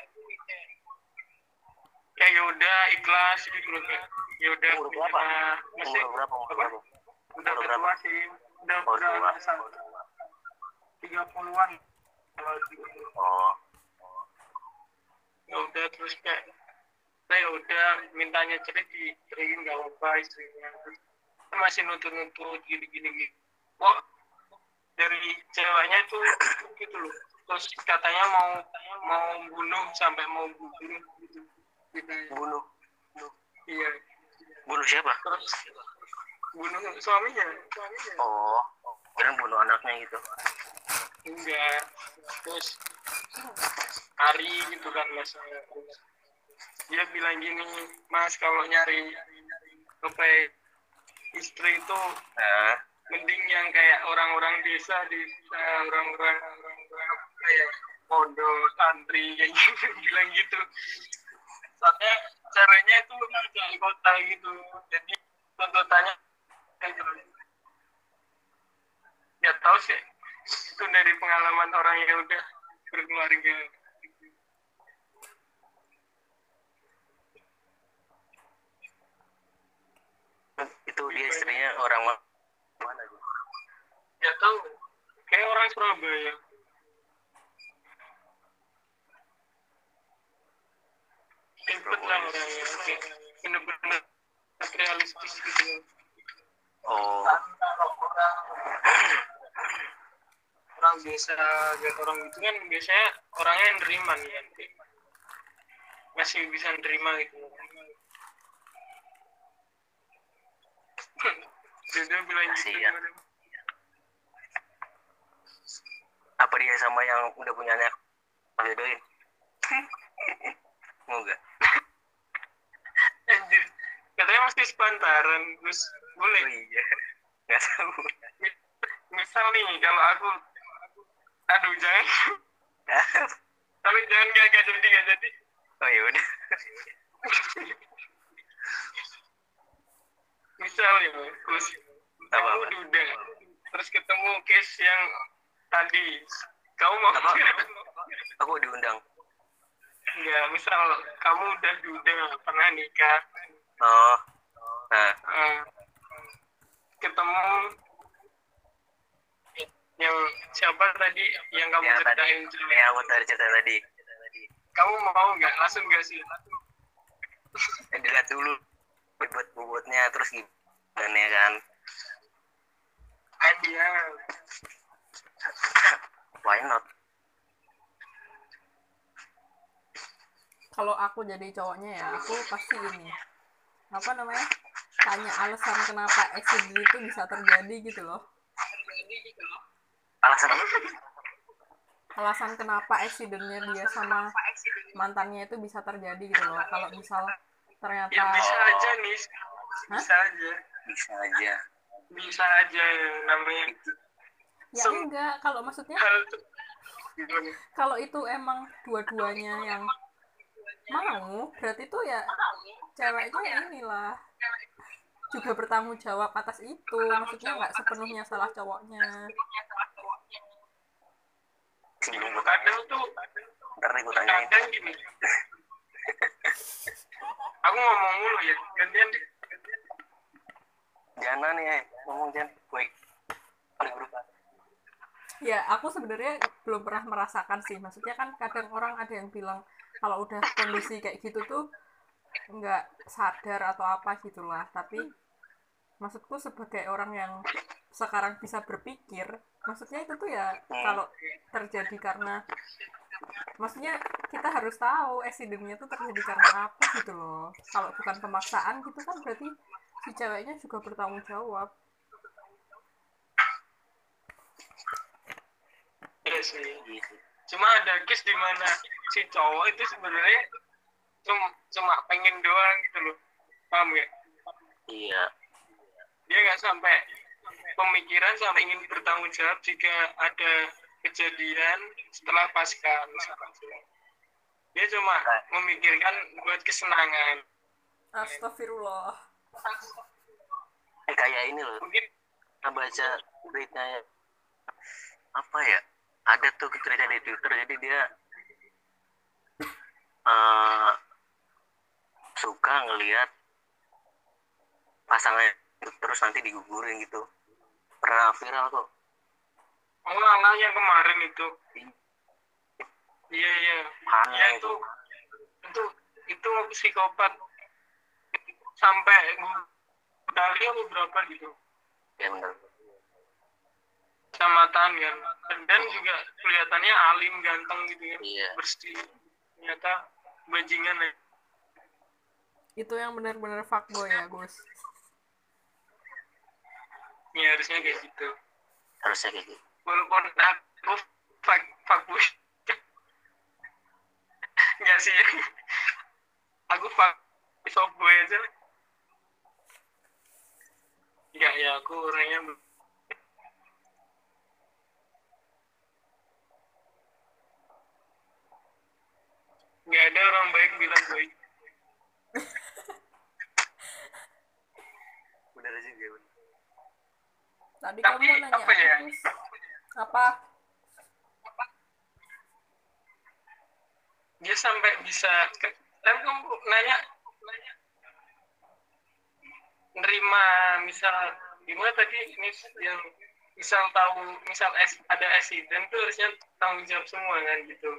kayak yaudah ikhlas gitu loh, kayak yaudah Umur berapa? masih Umur berapa? Umur apa? berapa? Udah Umur tua berapa? sih, udah Oh, udah tua. tiga puluhan. Oh. Ya udah terus kayak saya udah mintanya cerai diceriin nggak apa istrinya, terus masih nuntut-nuntut gini-gini gitu. Kok dari ceweknya tuh gitu loh, terus katanya mau mau bunuh sampai mau bunuh gitu. Gitu. Bunuh. Iya, Bunuh siapa? terus bunuh suaminya. Suaminya. Oh. Kira bunuh anaknya gitu. Enggak, terus hari gitu kan mas, dia bilang gini, mas kalau nyari apa istri itu Nah. mending yang kayak orang-orang desa di uh, orang-orang orang-orang kayak pondok santri kayak gitu bilang gitu, soalnya caranya itu memang dari kota gitu, jadi tuntutannya kayak gitu. Nggak tahu sih, itu dari pengalaman orang yang udah berkeluarga. Itu dia istrinya orang mana gitu? Nggak tahu, kayak orang Surabaya. Ribet lah orangnya, kayak bener-bener materialistis gitu. Oh. Orang biasa, lihat orang gitu kan biasanya orangnya yang nerima nih kan, masih bisa nerima gitu. Dia bilang gitu. Kasihan. Apa dia sama yang udah punya anak jodohin? Mau gak? Anjir, katanya masih sepantaran, terus boleh. Oh iya. Gak tahu. Misal nih kalau aku, aduh jangan, tapi jangan gak, gak jadi gak jadi. Oh ya udah. Misal ya, terus Apa, kamu apa? duda, terus ketemu case yang tadi, kamu mau Apa? nggak? Aku diundang. Enggak, misal kamu udah duda, pernah nikah, Oh. Nah. uh, ketemu yang siapa tadi yang kamu Yang tadi. ceritain cewek. Yang aku tadi cerita tadi. Kamu mau nggak langsung nggak sih? Eh, dilihat dulu bobot-bobotnya terus gimana ya kan? Adia, Why not? Kalau aku jadi cowoknya ya, aku pasti ini apa namanya, tanya alasan kenapa accident itu bisa terjadi gitu loh. Alasan apa? Alasan kenapa accidentnya dia sama mantannya itu bisa terjadi gitu loh. Kalau misal ternyata ya bisa aja nih, Hah? bisa aja, Bisa aja. bisa aja yang namanya ya Sem- enggak, kalau maksudnya hal tuh. Gimana? kalau itu emang dua-duanya yang mau, berarti tuh ya ceweknya inilah juga bertanggung jawab atas itu. Maksudnya nggak sepenuhnya salah cowoknya. Sebelum gue tanya, Kadang tuh, ntar nih gue tanyain. kadang gini. Aku ngomong mulu ya, gantian deh. Jangan nih, eh. ngomong jangan. Wait. Balik bro. Ya, aku sebenarnya belum pernah merasakan sih. Maksudnya kan kadang orang ada yang bilang kalau udah kondisi kayak gitu tuh nggak sadar atau apa gitulah. Tapi maksudku sebagai orang yang sekarang bisa berpikir, maksudnya itu tuh ya Hmm. kalau terjadi karena, maksudnya kita harus tahu accident-nya tuh terjadi karena apa gitu loh. Kalau bukan pemaksaan gitu kan berarti si ceweknya juga bertanggung jawab. Iya sih. Iya sih. Cuma ada case di mana si cowok itu sebenarnya cuma cuma pengen doang gitu loh, paham gak? Iya. Dia nggak sampai pemikiran sampai ingin bertanggung jawab jika ada kejadian setelah pasca misalnya. Dia cuma memikirkan buat kesenangan. Astagfirullah. Eh, kayak ini loh, Mungkin kita baca beritanya apa ya, ada tuh cerita di Twitter, jadi dia uh, suka ngelihat pasangan terus nanti digugurin gitu, pernah viral kok. oh alah yang kemarin itu. Iya iya. Aneh Ya itu. itu itu itu psikopat sampai kali apa berapa gitu. Ya benar. Kecamatan kan. Dan juga kelihatannya alim ganteng gitu kan. Iya. Bersih. Ternyata bajingan ya. Itu yang benar-benar fuckboy ya, Gus. Ya harusnya kayak gitu. Harusnya kayak gitu. Walaupun aku fuck fuckboy. Enggak sih. Aku fuck fuckboy aja. Enggak ya, aku orangnya nggak ada orang baik bilang baik. Benar juga, benar. Tadi Tapi kamu nanya apa ya? Gus? Apa? Dia sampai bisa ke, kan kamu nanya nanya nerima misal gimana tadi ini yang misal tahu misal es, ada accident tuh harusnya tanggung jawab semua kan gitu.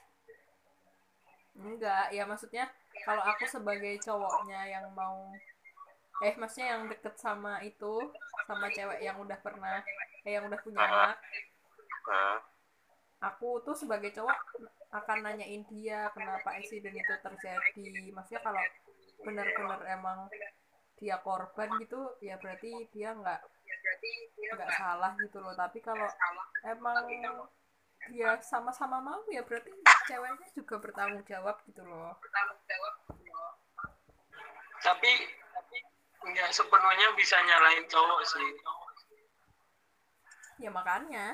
Enggak, ya maksudnya kalau aku sebagai cowoknya yang mau eh maksudnya yang deket sama itu, sama cewek yang udah pernah eh yang udah punya anak, Nah, aku tuh sebagai cowok akan nanyain dia kenapa accident itu terjadi. Maksudnya kalau benar-benar emang dia korban gitu ya berarti dia nggak nggak salah gitu loh. Tapi kalau emang dia sama-sama mau ya berarti ceweknya juga bertanggung jawab gitu loh. Tapi nggak sepenuhnya bisa nyalain cowok sih. Ya makanya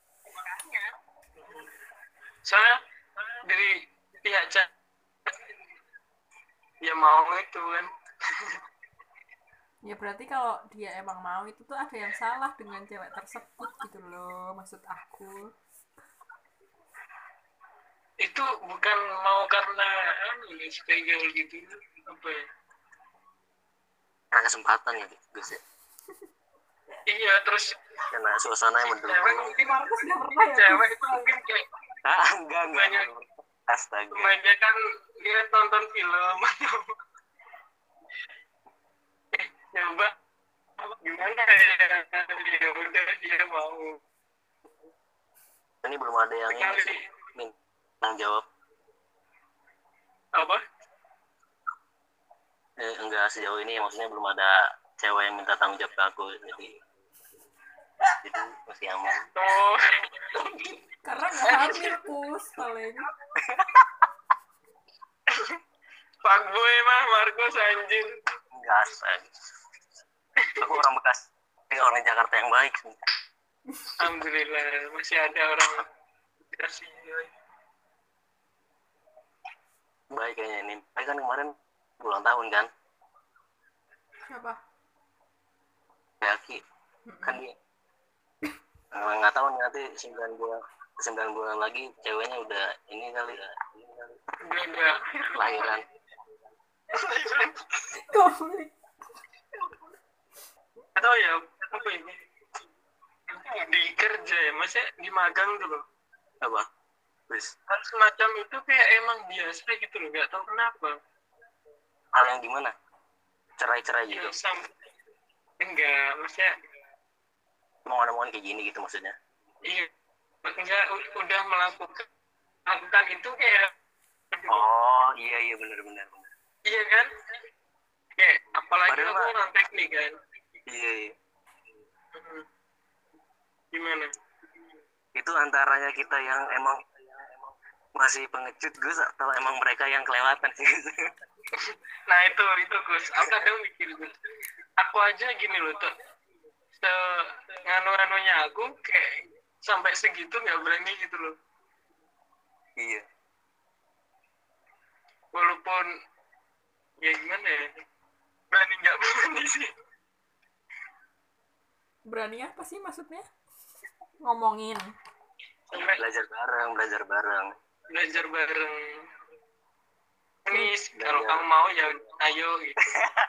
Soalnya dari pihak cewek ya mau itu kan. ya berarti kalau dia emang mau itu tuh ada yang salah dengan cewek tersebut gitu loh, maksud aku. Itu bukan mau karena anu nih spesial gitu apa ya? karena kesempatan ya guys ya, Iya terus karena suasana yang cewek mendukung. mungkin Markus udah pernah ya cewek itu mungkin kayak Ah, enggak enggak banyak astaga. kebanyakan dia tonton film atau eh, coba gimana ya dia udah dia mau Ini belum ada yang ini sih, Min, tanggung jawab. apa Eh, enggak sejauh ini maksudnya belum ada cewek yang minta tanggung jawab ke aku, jadi jadi masih aman. oh karena nggak hamil Kus paling. fuckboy mah Marcos anjir. Enggak astaga. Aku orang Bekasi, orang Jakarta yang baik sih. Alhamdulillah masih ada orang kasih Baik kayaknya ini. Baik kan kemarin ulang tahun kan, Siapa? Yaki kan dia eh, nggak tahu nih nanti sembilan bulan sembilan bulan lagi ceweknya udah ini kali ya, ini kali udah udah lahiran. Konflik. atau ya apa ini di kerja ya maksudnya di magang dulu Apa terus hal semacam itu kayak emang biasa gitu loh nggak tahu kenapa hal yang gimana, cerai-cerai ya gitu. sam- enggak, maksudnya Mau ada kayak gini gitu maksudnya. iya, enggak u- udah melakukan melakukan itu kayak Oh iya iya benar benar benar. iya kan, kayak apalagi Padahal aku mah- orang teknik kan. Iya iya. Hmm. Gimana? Itu antaranya kita yang emang masih pengecut Gus atau emang mereka yang kelewatan sih Gus? Nah itu itu Gus, aku kadang mikir Gus, aku aja gini loh tuh, se nganu-nganunya aku kayak sampai segitu nggak berani gitu loh, Iya. walaupun ya gimana ya, berani nggak berani sih. Berani apa sih maksudnya? Ngomongin. Sampai Belajar bareng, belajar bareng. belajar bareng. Nis, Belajar. kalau kamu mau ya ayo gitu.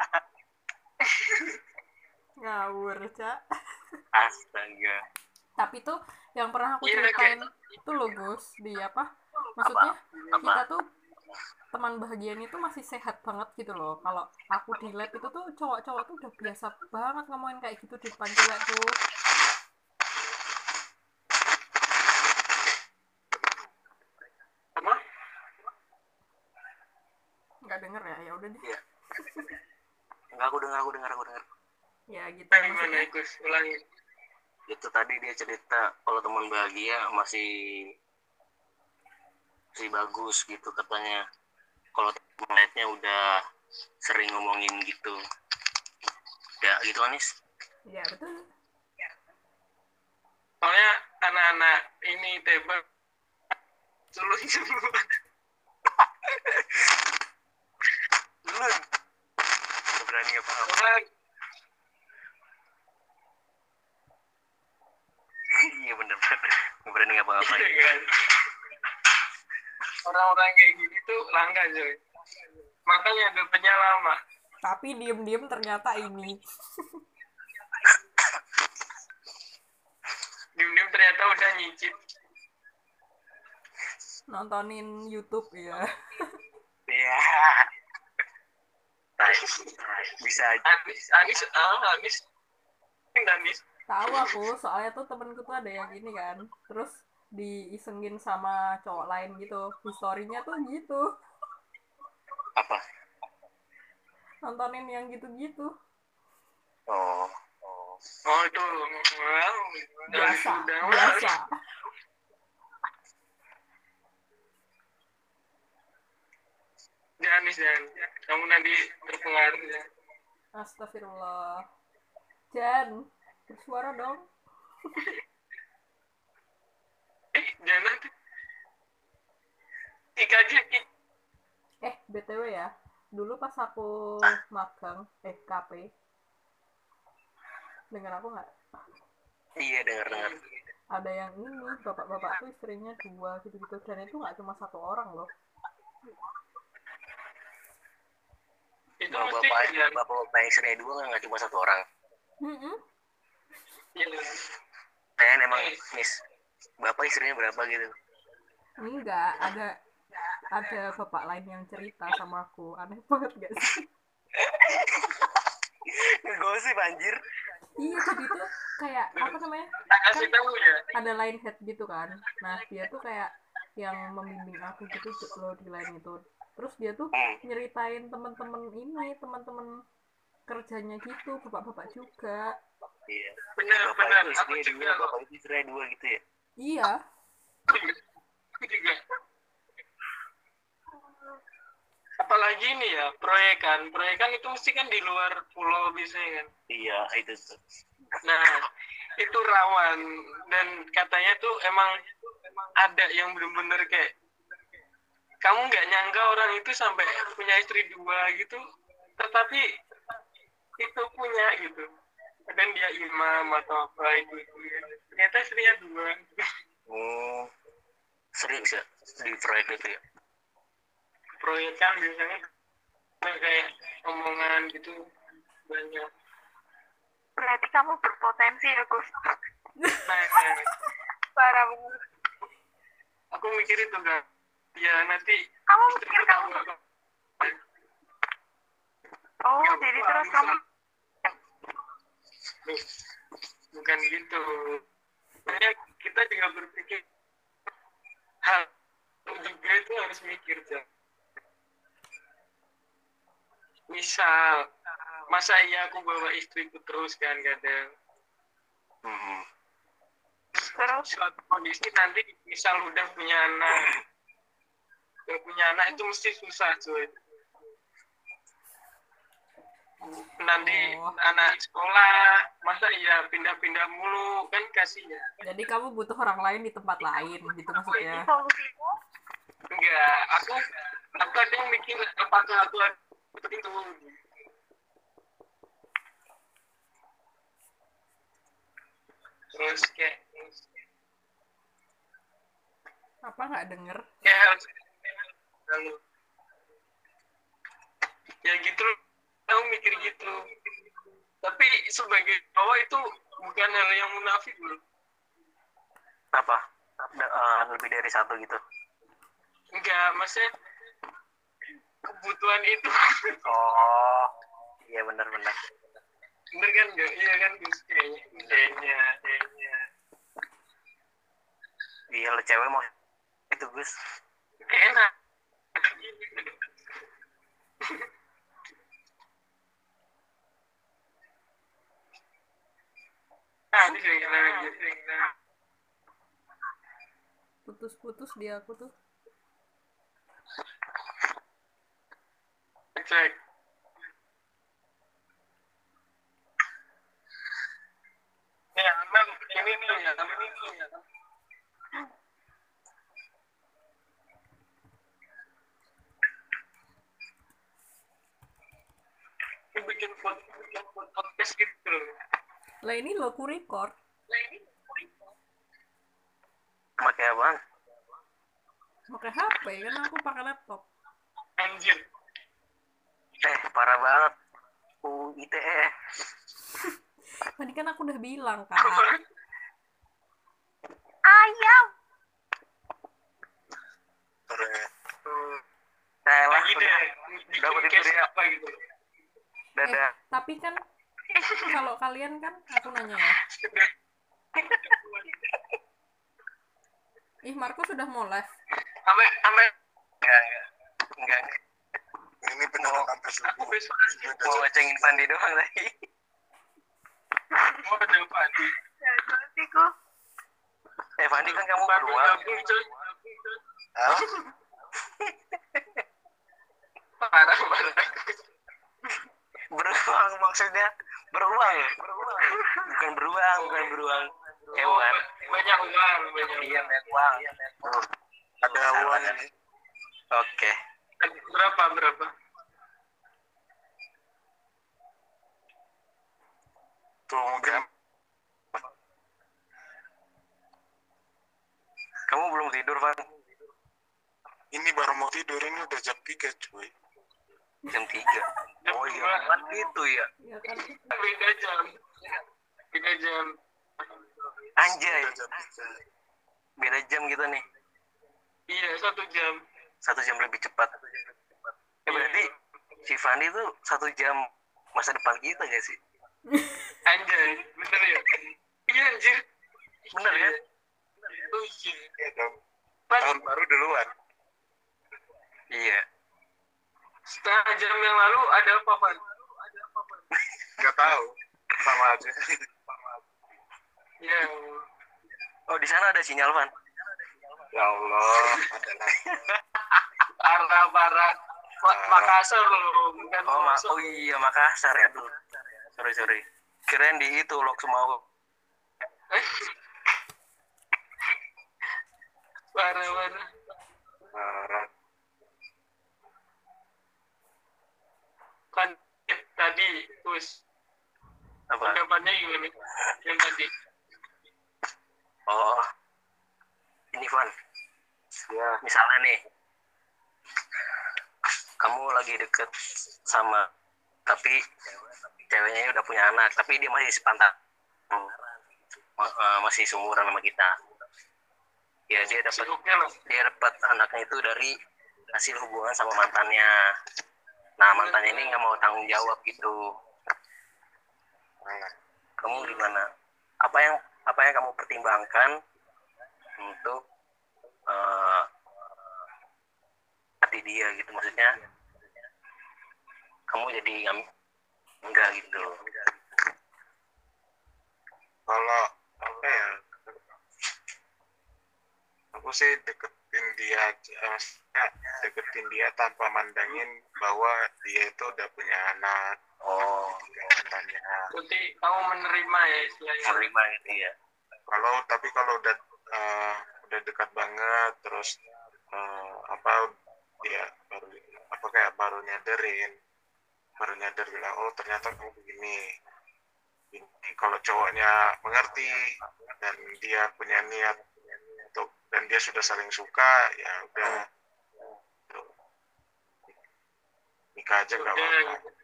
Ngawur, Cak. Astaga. Tapi tuh yang pernah aku Iya, ceritain itu loh Gus, di apa? Maksudnya Apa? kita tuh teman bahagianya tuh masih sehat banget gitu loh. Kalau aku di lab itu tuh cowok-cowok tuh udah biasa banget ngomongin kayak gitu di depan cewek tuh. Apa? Nggak denger ya? Ya udah deh. Iya. Enggak, aku dengar, aku dengar, aku dengar. Ya gitu Nah, gimana maksudnya. Gus? Ulangi. Itu tadi dia cerita kalau teman bahagia masih masih bagus gitu katanya. Kalau teman lainnya udah sering ngomongin gitu. Ya gitu Anis. Ya betul. Soalnya anak-anak ini tebel sulun semua. Belum. Berani apa-apa. Orang Iya bener bener. Nggak berani apa-apa. iya kan. Orang-orang kayak gini tuh langka coy. Makanya dapetnya lama. Tapi diem-diem ternyata ini. Diem-diem ternyata udah nyicip. Nontonin YouTube ya. Iya. Bisa aja. Anis, Anis, ah, Anis. Anis. Tahu aku, soalnya tuh temenku tuh ada yang gini kan. Terus diisengin sama cowok lain gitu. Historinya tuh gitu. Apa? Nontonin yang gitu-gitu. Oh. Oh. Oh itu, wow. Biasa, Udah, biasa. Jangan Anis, jangan. Kamu nanti terpengaruh ya. Astagfirullah. Jan, bersuara dong. Eh, jangan nanti. Ika aja, Ki. Eh, B T W ya. Dulu pas aku magang, eh K P. Dengar aku nggak? Iya dengar-dengar. Ada yang ini, bapak-bapak tuh istrinya dua gitu-gitu. Dan itu nggak cuma satu orang loh. Itu Bapak mesti bapak ya. bapak bapak yang istrinya dua kan nggak cuma satu orang. Mm-mm. Ya. Saya emang Miss. Bapak istrinya berapa gitu? Enggak, ada ada bapak lain yang cerita sama aku. Aneh banget gak sih? Ngegosip anjir. Iya, jadi tuh kayak apa namanya? Tak kasih tahu ya. Ada line head gitu kan. Nah, dia tuh kayak yang membimbing aku gitu loh di line itu. Terus dia tuh nyeritain teman-teman ini, teman-teman kerjanya gitu, bapak-bapak juga. Iya. Benar, Bapak benar. itu Aku istrinya juga. dua, bapak itu istrinya dua gitu ya. Iya, Aku juga. Apalagi ini ya, proyekan. Proyekan itu mesti kan di luar pulau biasanya kan. Iya itu tuh. Nah, itu rawan. Dan katanya tuh emang ada yang bener-bener kayak kamu nggak nyangka orang itu sampai punya istri dua gitu, tetapi itu punya gitu. Dan dia imam atau apa itu, itu. Ternyata istrinya dua. Hmm. Serius ya di proyek itu ya. Proyek kan biasanya kayak omongan gitu banyak. Berarti kamu berpotensi ya, Gus. Nah, nah, Parah banget. aku mikir itu kan. Ya nanti Kamu istri mikir kamu. kamu Oh, Nggak jadi apa-apa, terus bisa. kamu Bukan gitu. Sebenarnya kita juga berpikir hal juga itu harus mikir, Cak. Misal, masa iya aku bawa istriku terus kan kadang. Hmm. Terus Suatu kondisi nanti misal udah punya anak, udah punya anak itu mesti susah cuy. Nanti Oh. anak sekolah, masa iya pindah-pindah mulu kan kasihan. Jadi kamu butuh orang lain di tempat lain gitu maksudnya. solusimu Enggak, aku aku kadang mikir apakah aku harus seperti itu. Terus kayak Apa nggak denger? ya lalu ya gitu loh, aku mikir gitu. Tapi sebagai cowok itu bukan hal yang munafik loh. Apa? Da- eh, lebih dari satu gitu. Enggak, maksudnya kebutuhan itu Oh, iya benar-benar. bener kan enggak? Iya kan Gus kayaknya kayaknya kayaknya Iya, lo cewek mau itu Gus. kayak enak. Ah, ini sering lagi, sering lagi. Putus-putus dia aku tuh. Cek. Ya, emang ini nih ya, ini nih ya. Ini bikin pod- bikin podcast gitu loh. Lah ini lo ku record. Pakai apaan? Pakai H P kan aku pakai laptop. Anjir. Eh, parah banget. U I T E. Tadi kan aku udah bilang kan. ayam Nah, lah, Lagi deh, udah, bikin dapat itu case dia. apa gitu. Dadah. Eh, tapi kan kalau kalian kan aku nanya ya. Ih, Marco sudah mau live. Sampai sampai Enggak, enggak. Enggak, enggak. Ini beneran sampai aku subuh. besok Ini udah Mau jam- ngecengin Pandi doang tadi. mau ada padi. jago sih ku Eh, Pandi kan kamu Padi beruang. gabung cuy. Hah? Parah parah. Beruang maksudnya beruang. Bukan beruang, bukan beruang. Hewan. Banyak uang, banyak Iya, uang. banyak uang. Tuh, ada uang ini. Oke. Berapa berapa? Tuh mungkin Kamu belum tidur, Van? ini baru mau tidur, ini udah jam tiga cuy. Jam tiga. Oh iya, kan gitu ya. Ya kan. Beda jam. Beda jam. Anjay. Udah jam tiga. Beda jam kita nih. Iya, satu jam. Satu jam lebih cepat. Ya berarti si Fandi tuh satu jam masa depan kita gak sih? Anjay, bener ya? Iya anjir. Bener ya? Oh iya. Iya dong. Pan, Tahun baru duluan. Iya. setengah jam yang lalu ada apa, Pan? Nggak tahu. Sama aja. Ya, Oh, di sana ada sinyal, Van? Ya Allah. Adalah. parah parah. Ma- Makassar loh, bukan Oh, ma- Makassar. oh iya, Makassar ya tuh. Sorry, sorry. Keren di itu, Lok Sumau. Parah parah. Parah. Kan eh, tadi terus Apa? pendapatnya gimana? Yang tadi. Oh, ini Van. Ya. Misalnya nih, kamu lagi deket sama, tapi ceweknya udah punya anak, tapi dia masih sepantaran, Ma- eh, masih seumuran sama kita. Ya dia dapat Sibuknya loh. dia dapat anaknya itu dari hasil hubungan sama mantannya. Nah mantannya ini nggak mau tanggung jawab gitu. Nah, kamu gimana? Apa yang apa yang kamu pertimbangkan untuk uh, hati dia gitu, maksudnya kamu jadi enggak gitu. Kalau apa ya, aku sih deketin dia aja, eh, maksudnya deketin dia tanpa mandangin bahwa dia itu udah punya anak. Oh, Katanya. Berarti kamu menerima ya istilahnya. menerima gitu ya. Kalau tapi kalau udah eh, udah dekat banget, terus eh, apa dia baru apa kayak baru nyadarin, baru nyadar bilang, oh ternyata kamu begini. Ini kalau cowoknya mengerti dan dia punya niat untuk, dan dia sudah saling suka, ya udah tuh, nikah aja nggak Udah, apa-apa. gitu.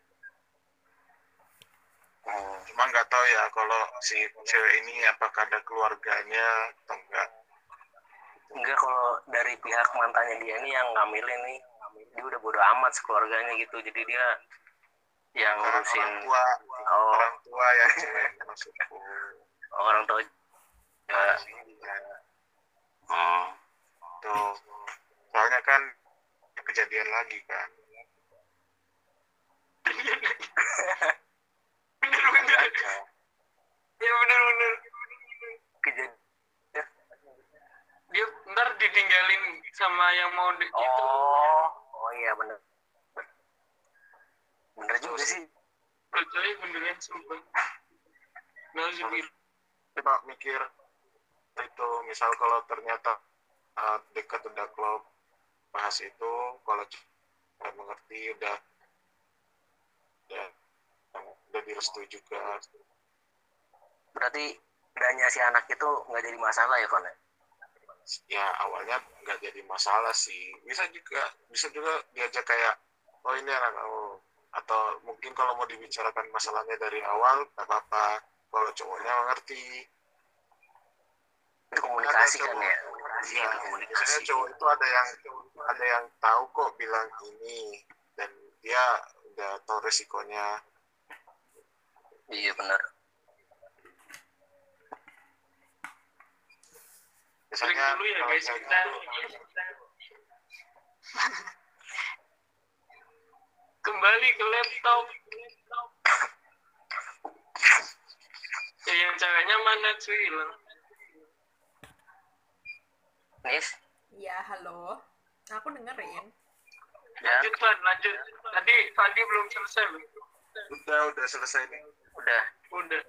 Oh, cuma nggak tahu ya kalau si cewek ini apakah ada keluarganya atau enggak. Enggak, kalau dari pihak mantannya dia ini yang ngambilin nih, dia udah bodo amat sekeluarganya gitu, jadi dia yang Orang, ngurusin orang tua, oh, orang tua yang cewek maksudku. orang tua ya. Hmm. Tuh, soalnya kan kejadian lagi kan. Bener-bener. Ya bener-bener. Kejadian Dia ntar ditinggalin sama yang mau di- itu. oh oh iya bener bener juga sih. Percaya beneran sumpah. Nauzubillah. Coba mikir itu, misal kalau ternyata uh, dekat udah klop, bahas itu, kalau udah mengerti, udah udah, udah direstui juga. Berarti bedanya si anak itu nggak jadi masalah ya, Van? Ya awalnya nggak jadi masalah sih, bisa juga bisa juga diajak kayak, oh ini anak kamu, atau mungkin kalau mau dibicarakan masalahnya dari awal nggak apa-apa kalau cowoknya mengerti. Itu komunikasi Ada kan cowok- ya. Iya, Itu komunikasi. biasanya cowok itu ada yang ada yang tahu kok bilang ini, dan dia udah tahu resikonya. Iya benar. Break Biasanya dulu ya kalau guys kayak kita. gitu, Kembali ke laptop. Ya yang ceweknya mana cuy hilang. Nis, Ya, halo. Aku dengerin. ya Lanjut Van, lanjut. Tadi Fandi belum selesai loh. udah udah selesai nih. udah. Udah.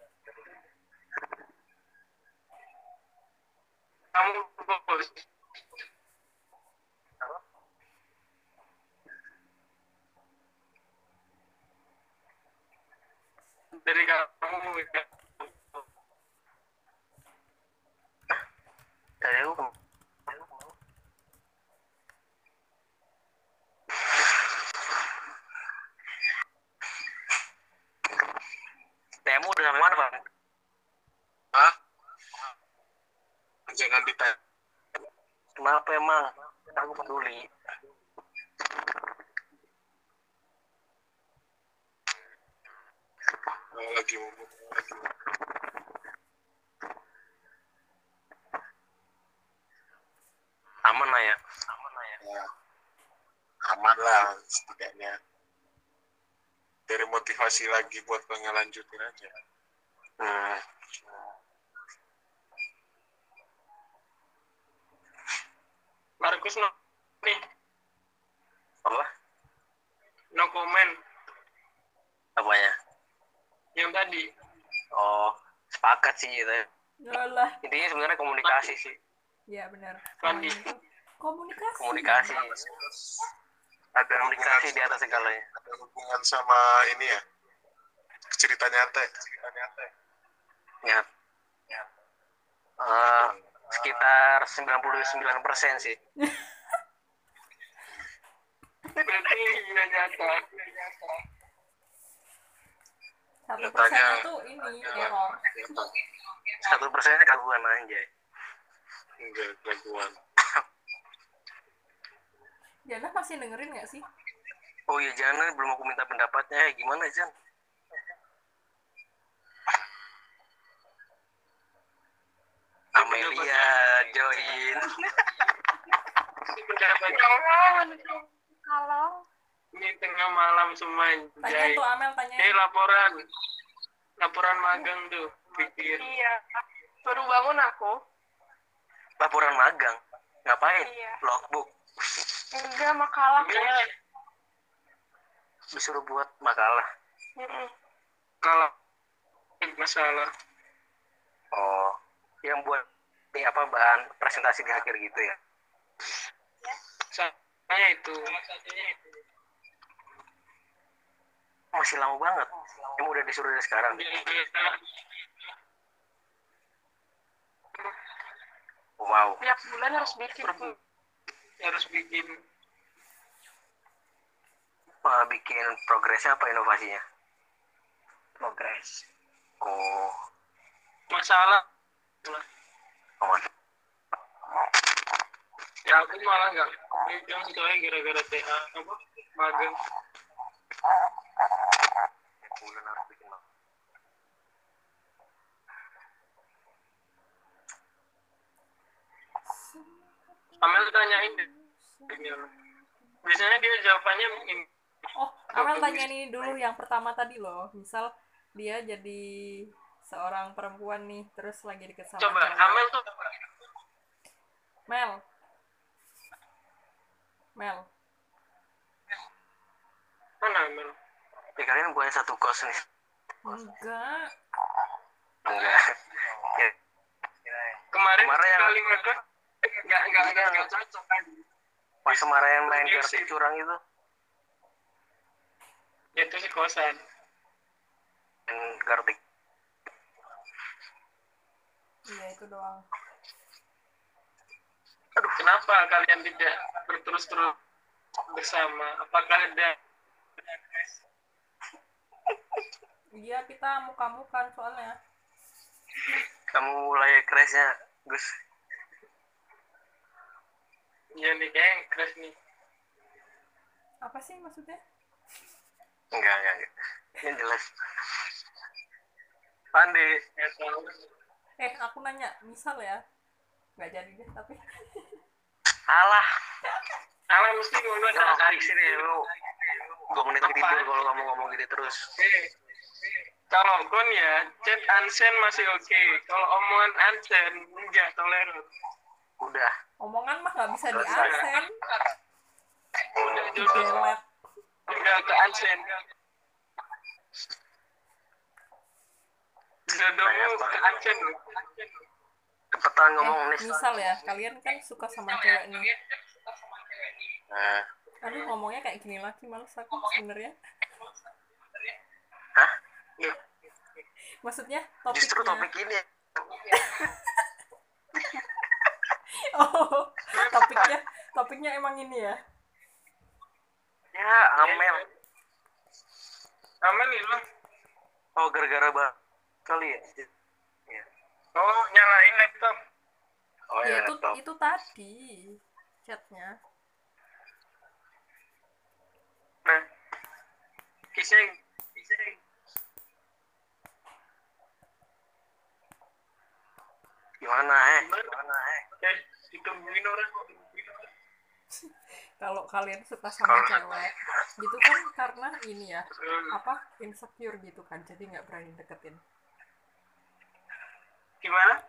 Kamu bos. Dari kamu ya. Dari aku temu udah sampai mana, Bang? Hah? Jangan ditanya. Kenapa emang? Aku peduli. Oh, lagi ngomong. Aman lah ya. Aman lah ya. Ya, aman lah setidaknya. Dari motivasi lagi buat ngelanjutin aja. Hmm. Markus no nih, Apa? no comment Apanya? yang tadi. Oh, sepakat sih gitu. Lah, Intinya sebenarnya komunikasi sih. ya benar. Fandi. Itu komunikasi. Komunikasi. Ada Komunikasi hubungan di atas segalanya. ada hubungan sama ini ya, cerita nyata ya? cerita nyata ya? Ya. Eh, sekitar sembilan puluh sembilan persen sih. Berarti iya nyata. Satu Nyatanya- persennya tuh ini error. Satu persennya gangguan anjay. Enggak, gangguan. Jana masih dengerin nggak sih? Oh iya, Jana belum aku minta pendapatnya. Eh, gimana, Jan? Udah banyak. Kalau Ini tengah malam semua Tanya anjay. tuh Amel, Eh tanya. laporan. Laporan magang tuh. Pikir. iya, baru bangun aku. Laporan magang. Ngapain? Iya. Logbook. Enggak, makalah. Enggak. Disuruh buat makalah. Mm-mm. Kalau masalah. Oh, yang buat ini apa bahan presentasi di akhir gitu ya? Saya itu. Masih lama banget. Yang udah disuruh dari sekarang. Wow. Tiap bulan harus bikin. Harus bikin. Uh, bikin progresnya apa inovasinya? Progres. Oh, Masalah. oh Ya aku malah nggak megang soalnya gara-gara T A apa magang. bulan harus bikin magang. Amel tanyain deh. Biasanya dia jawabannya ini. Oh, Amel tanya ini dulu yang pertama tadi loh. Misal dia jadi seorang perempuan nih, terus lagi deket sama Coba cowok. Amel tuh Mel. Mel. mana Amel? Ya kalian bukan satu kos nih. Enggak. Enggak. Ya, Kemarin, Kemarin yang- kali mereka nggak nggak nggak nggak cocok kan? pas kemarin main Iya kartu sih. curang itu, Itu sih kosan. main kartu. Iya, itu doang. Aduh, kenapa kalian tidak berterus-terus bersama? Apakah ada Iya, kita muka-mukan soalnya. Kamu mulai crashnya, Gus. ya nih kayak crash nih? Apa sih maksudnya? Enggak, enggak, enggak. Ini jelas. Pandi. Ya tahu. Eh, aku nanya, misal ya. Nggak jadi deh, tapi. Alah. Alah mesti ngomong Jangan ada tarik sini lu. Dua menit lagi tidur kalau kamu ngomong gitu terus. Eh, kalau gon ya, chat unsend masih oke. Kalau omongan unsend, enggak toleran. Udah. Omongan mah nggak bisa di-unsend. Udah jodoh, Di-delete. enggak ke unsend. Jodohmu ke unsend. Cepetan ngomong Eh, nih. misal ya, kalian kan suka sama cewek nih. Nah. Aduh, ngomongnya kayak gini lagi, males aku sebenarnya. Hah? Maksudnya topiknya. Justru topik ini. Oh, topiknya, topiknya emang ini ya. Ya, Amel. Aman nih lo. Oh, gara-gara bah kali ya. Iya. Oh, nyalain laptop. Oh Ya ya, itu laptop. itu tadi chatnya. Nah, kisah kisah Gimana eh? gimana eh? Eh, ditungguin orang kok. Kalau kalian suka sama cewek, gitu kan karena ini ya, apa insecure gitu kan, jadi nggak berani deketin. Gimana?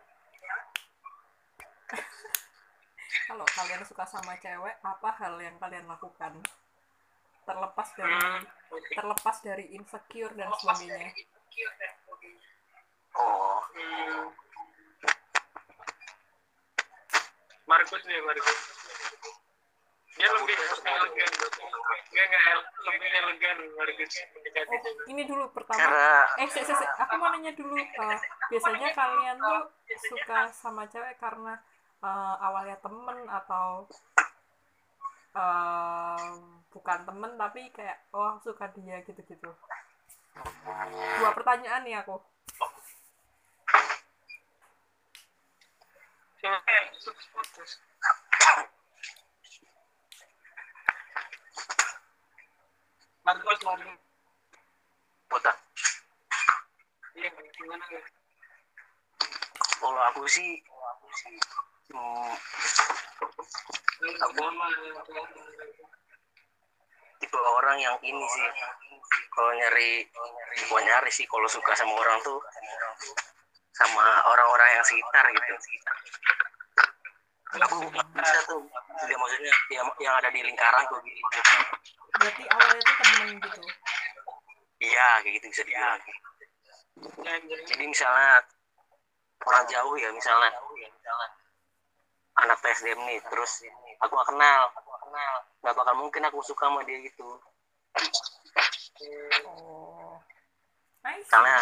Kalau kalian suka sama cewek, apa hal yang kalian lakukan? Terlepas dari Hmm, oke. terlepas dari insecure dan sebagainya. Oh, Hmm. Markus nih, Markus. Dia lebih elegan. Dia nggak el- lebih elegan, Markus. Mendekati Oh, cewek. ini dulu pertama. karena Eh, se, se, se, aku mau nanya dulu. eh, biasanya kalian tuh suka sama cewek karena eh, awalnya temen atau eh, bukan temen tapi kayak oh suka dia gitu-gitu. Dua pertanyaan nih aku. Eh, putus. Markus, Markus. botak. Iya, gimana nih? Kalau aku sih, hmm, aku tipe orang yang ini sih, kalau nyari bukan nyari sih, kalau suka sama orang tuh sama orang-orang yang sekitar gitu. Aku nggak bisa tuh, dia maksudnya yang, yang ada di lingkaran tuh gitu. Berarti awalnya tuh temen gitu. Iya, kayak gitu bisa dibilang. Jadi misalnya orang jauh ya, misalnya anak T S D M nih, terus aku gak kenal, nggak bakal mungkin aku suka sama dia gitu. Oh, nice. Karena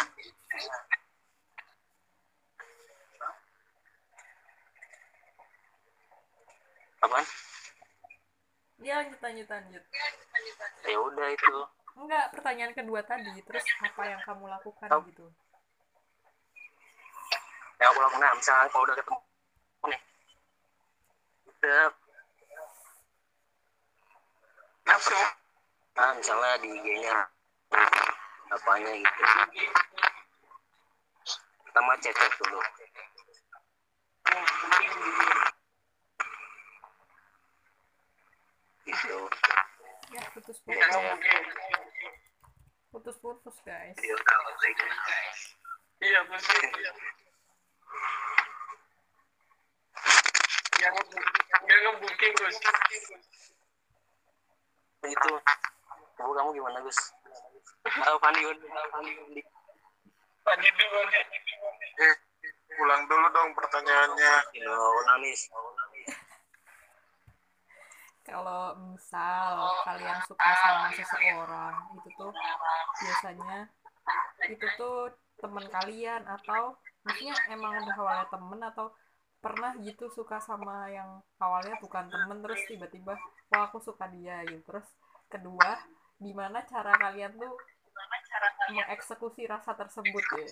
apaan? Ya lanjut lanjut lanjut. Ya udah itu. Enggak, pertanyaan kedua tadi, terus apa yang kamu lakukan Oh. gitu? Ya aku lakukan, nah, misalnya kalau udah ketemu nih, udah Langsung nah, misalnya di I G-nya apanya gitu, pertama cek-cek dulu. Gitu. Ya putus ya putus, mungkin. putus putus guys. Dia kalau gitu. Iya betul. Yang yang nge-booking Gus. Itu. Kamu kamu gimana Gus? Tahu Fandi, tahu Fandi, Fandi. Pandi dulu nih. Eh, ulang dulu dong pertanyaannya. Ya, ulang nih. Kalau misal kalian suka sama seseorang, itu tuh biasanya itu tuh teman kalian atau maksudnya emang udah awalnya temen atau pernah gitu suka sama yang awalnya bukan temen terus tiba-tiba wah aku suka dia gitu. Terus kedua, gimana cara kalian tuh mengeksekusi rasa tersebut ya?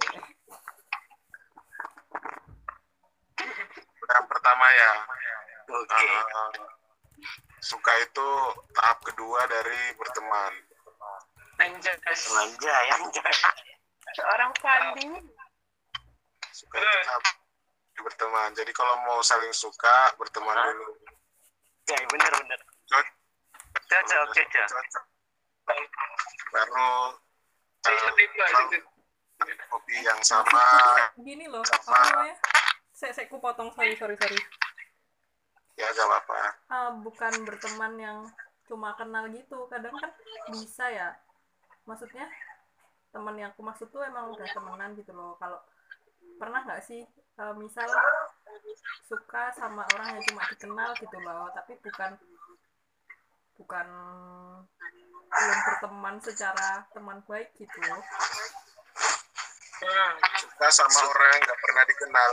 Yang pertama ya, Oke. uh, suka itu tahap kedua dari berteman. Anjas. Anjay, anjay. Seorang Fandi. Suka itu tahap berteman. Jadi kalau mau saling suka, berteman Hah? dulu. Ya, bener bener. Cocok. Cocok, cocok. Cocok. Baru Saya uh, tiba gitu. hobi yang sama. Maksudku tuh gini loh, apa namanya? Saya saya ku potong, sorry sorry sorry. Ya gak apa-apa. Ah, bukan berteman yang cuma kenal gitu, kadang kan bisa ya. Maksudnya teman yang aku maksud tuh emang udah temenan gitu loh. Kalau pernah nggak sih uh, misal suka sama orang yang cuma dikenal gitu loh, tapi bukan bukan belum berteman secara teman baik gitu loh. Hmm. Suka sama orang yang gak pernah dikenal.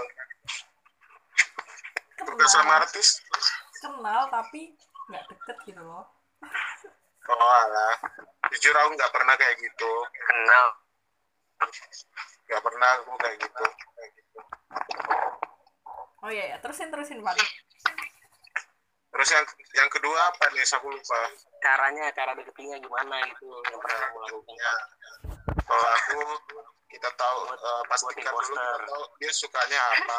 Suka sama Kenal, artis. kenal tapi nggak deket gitu loh. Oh alah. Jujur aku gak pernah kayak gitu. Kenal. Gak pernah aku kayak gitu. Oh iya ya, terusin terusin Pak. Terus yang yang kedua apa nih? Aku lupa. Caranya, cara deketinnya gimana gitu yang pernah kamu lakukan. Ya. Kalau aku kita tahu uh, pastikan dulu poster. kita tahu dia sukanya apa.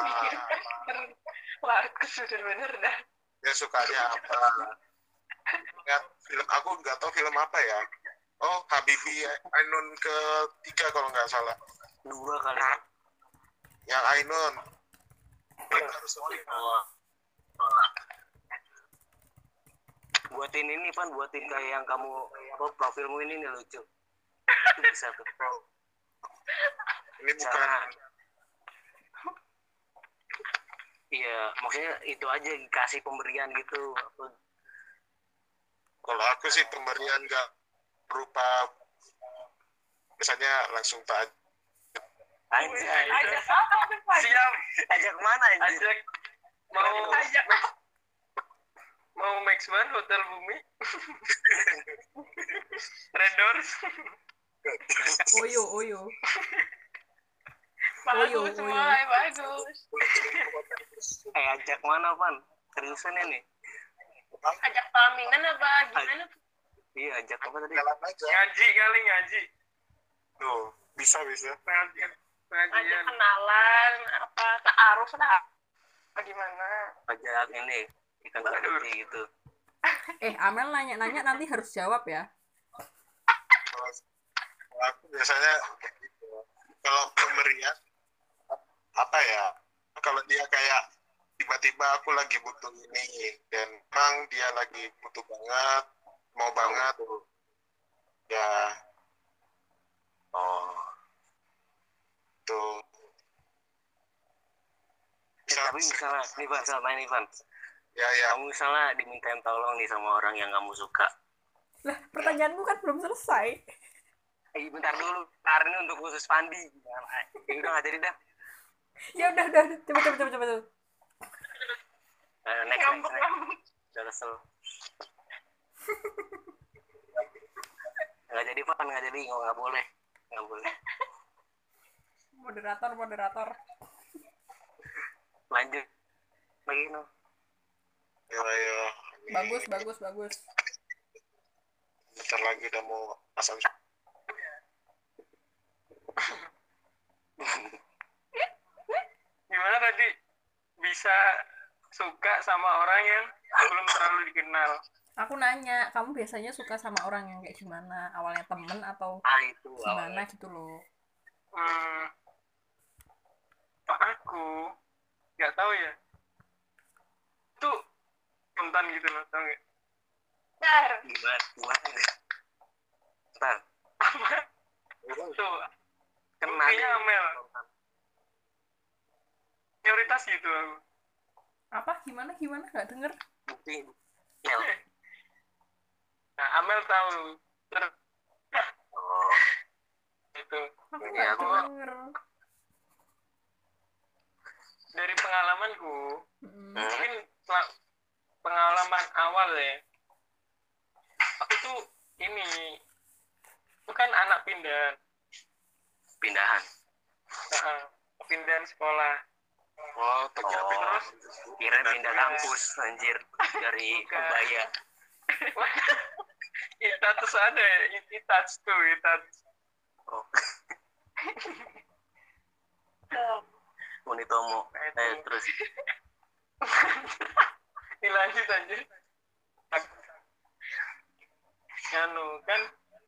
Laku bener-bener dah. Dia sukanya apa. Ingat film aku nggak tahu film apa ya. Oh Habibie Ainun ketiga kalau nggak salah. Dua kali. Yang Ainun. Kita harus Oh. Buatin ini Pan, buatin kayak yang kamu apa profilmu ini nih lucu. Itu bisa tuh. ini bukan Cara, iya, maksudnya itu aja kasih pemberian gitu. Apa, kalau aku sih pemberian nggak berupa misalnya langsung tak anjay. Ajak apa tuh Fandi? Siap. Ajak mana anjir? Ajak mau Ajak mau Max One Hotel Bumi. Red Doors. Oyo oyo. bagus Oyo, oyo. mulai bagus. Eh ajak mana Pan? Seriusan ini? Ajak pelaminan apa gimana? Iya ajak apa tadi? jalan aja Ngaji kali ngaji. tuh bisa bisa Ngaji. Ajak Ngajian. kenalan apa taaruf lah. Apa gimana? Ajak ini ikan Badur. putih gitu. Eh, Amel nanya-nanya nanti harus jawab ya. Kalau kalau aku biasanya kayak gitu. Kalau pemberian apa ya? Kalau dia kayak tiba-tiba aku lagi butuh ini dan memang dia lagi butuh banget, mau banget, ya Oh. tuh. Eh, tapi misalnya, nih Van, misalnya nih Van, Ya ya. kamu misalnya dimintain tolong nih sama orang yang kamu suka. Lah, pertanyaanmu kan belum selesai. Eh, bentar dulu, ntar ini untuk khusus Pandi. Ya udah nggak jadi dah. Ya udah, udah, udah. Coba, coba, coba, coba. coba. Eh, next, next, Ngambek, next. ngambek. Udah kesel. Nggak jadi Van, nggak jadi, nggak nggak boleh, nggak boleh. Moderator, moderator. Lanjut. Lagi no. Ayo ayo. Ini Bagus, bagus, bagus. bentar lagi udah mau pasang. Gimana tadi bisa suka sama orang yang belum terlalu dikenal? Aku nanya, kamu biasanya suka sama orang yang kayak gimana? Awalnya temen atau Ah itu. gimana gitu loh. Hmm, aku nggak tahu ya. Itu spontan gitu loh, tau nggak? Dar. Gimana? Gimana? Ntar. Apa? Tuh, Kena buktinya deh. Amel. Prioritas gitu aku. Apa? Gimana? Gimana? Gak denger? Bukti. Mel. Nah, Amel tahu. Terus Oh. itu Aku Ini gak aku denger. dari pengalamanku, Mm-mm. Hmm. mungkin sel- pengalaman awal ya. Aku tuh ini bukan anak pindahan, Pindahan. nah, pindahan sekolah. Oh, terkira Oh. pindah. Kira pindah kampus anjir dari Bukan. Ubaya. Itats ada ya, Itats tuh, Itats. Oh. Unitomo. Eh terus. Dilanjut aja. Anu kan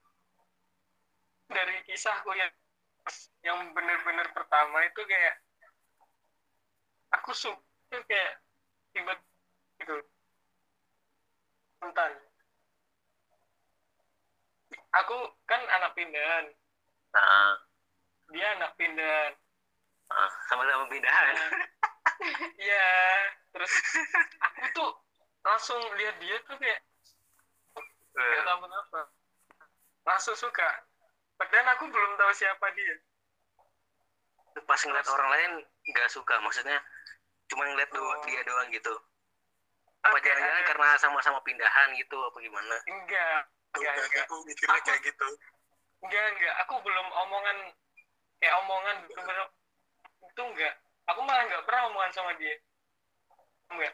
dari kisahku yang yang bener-bener pertama itu kayak aku suka kayak tiba gitu spontan. Aku kan anak pindahan, Nah, dia anak pindahan. ah, sama-sama pindahan. Iya, terus aku tuh langsung lihat dia tuh kayak nggak tahu kenapa langsung suka. Padahal aku belum tahu siapa dia. Pas ngeliat orang lain nggak suka, maksudnya cuma ngeliat doang, Oh. dia doang gitu. Apa Oke, jangan-jangan ada- karena sama-sama pindahan gitu apa gimana? Enggak, enggak, enggak, Aku mikirnya kayak gitu. enggak, enggak. Aku belum omongan kayak omongan bener-bener itu enggak. Aku malah enggak pernah omongan sama dia. Enggak.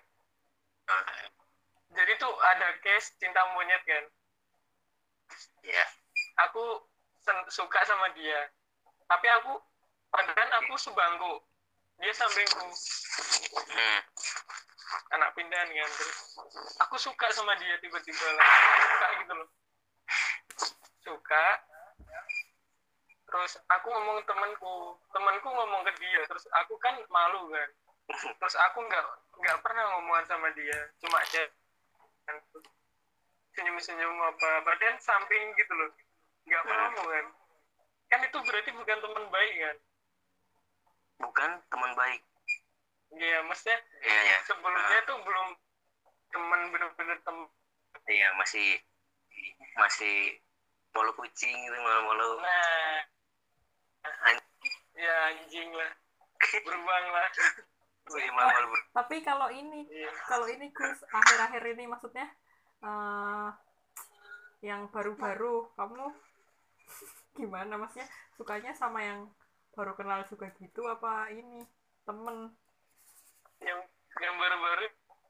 Jadi tuh ada case cinta monyet kan. Ya. Aku sen- suka sama dia. Tapi aku padahal aku sebangku. Dia sampingku. Hmm. Anak pindahan kan. Terus aku suka sama dia tiba-tiba lah. Suka gitu loh. Suka. Terus aku ngomong ke temanku. Temanku ngomong ke dia. Terus aku kan malu kan. Terus aku nggak nggak pernah ngomongan sama dia. Cuma aja senyum-senyum apa. Badan samping gitu loh. Nggak pernah ngomongan. Kan itu berarti bukan teman baik kan. Bukan teman baik. Iya, maksudnya Iya ya. sebelumnya tuh belum teman bener-bener teman. Iya masih masih malu kucing gitu, malu-malu. Nah, An- ya anjing lah. Beruang lah. Wih, malu-malu. Tapi kalau ini, Iya. kalau ini Gus akhir-akhir ini maksudnya eh, yang baru-baru kamu gimana maksudnya sukanya sama yang baru kenal juga gitu apa ini temen? Yang yang baru-baru.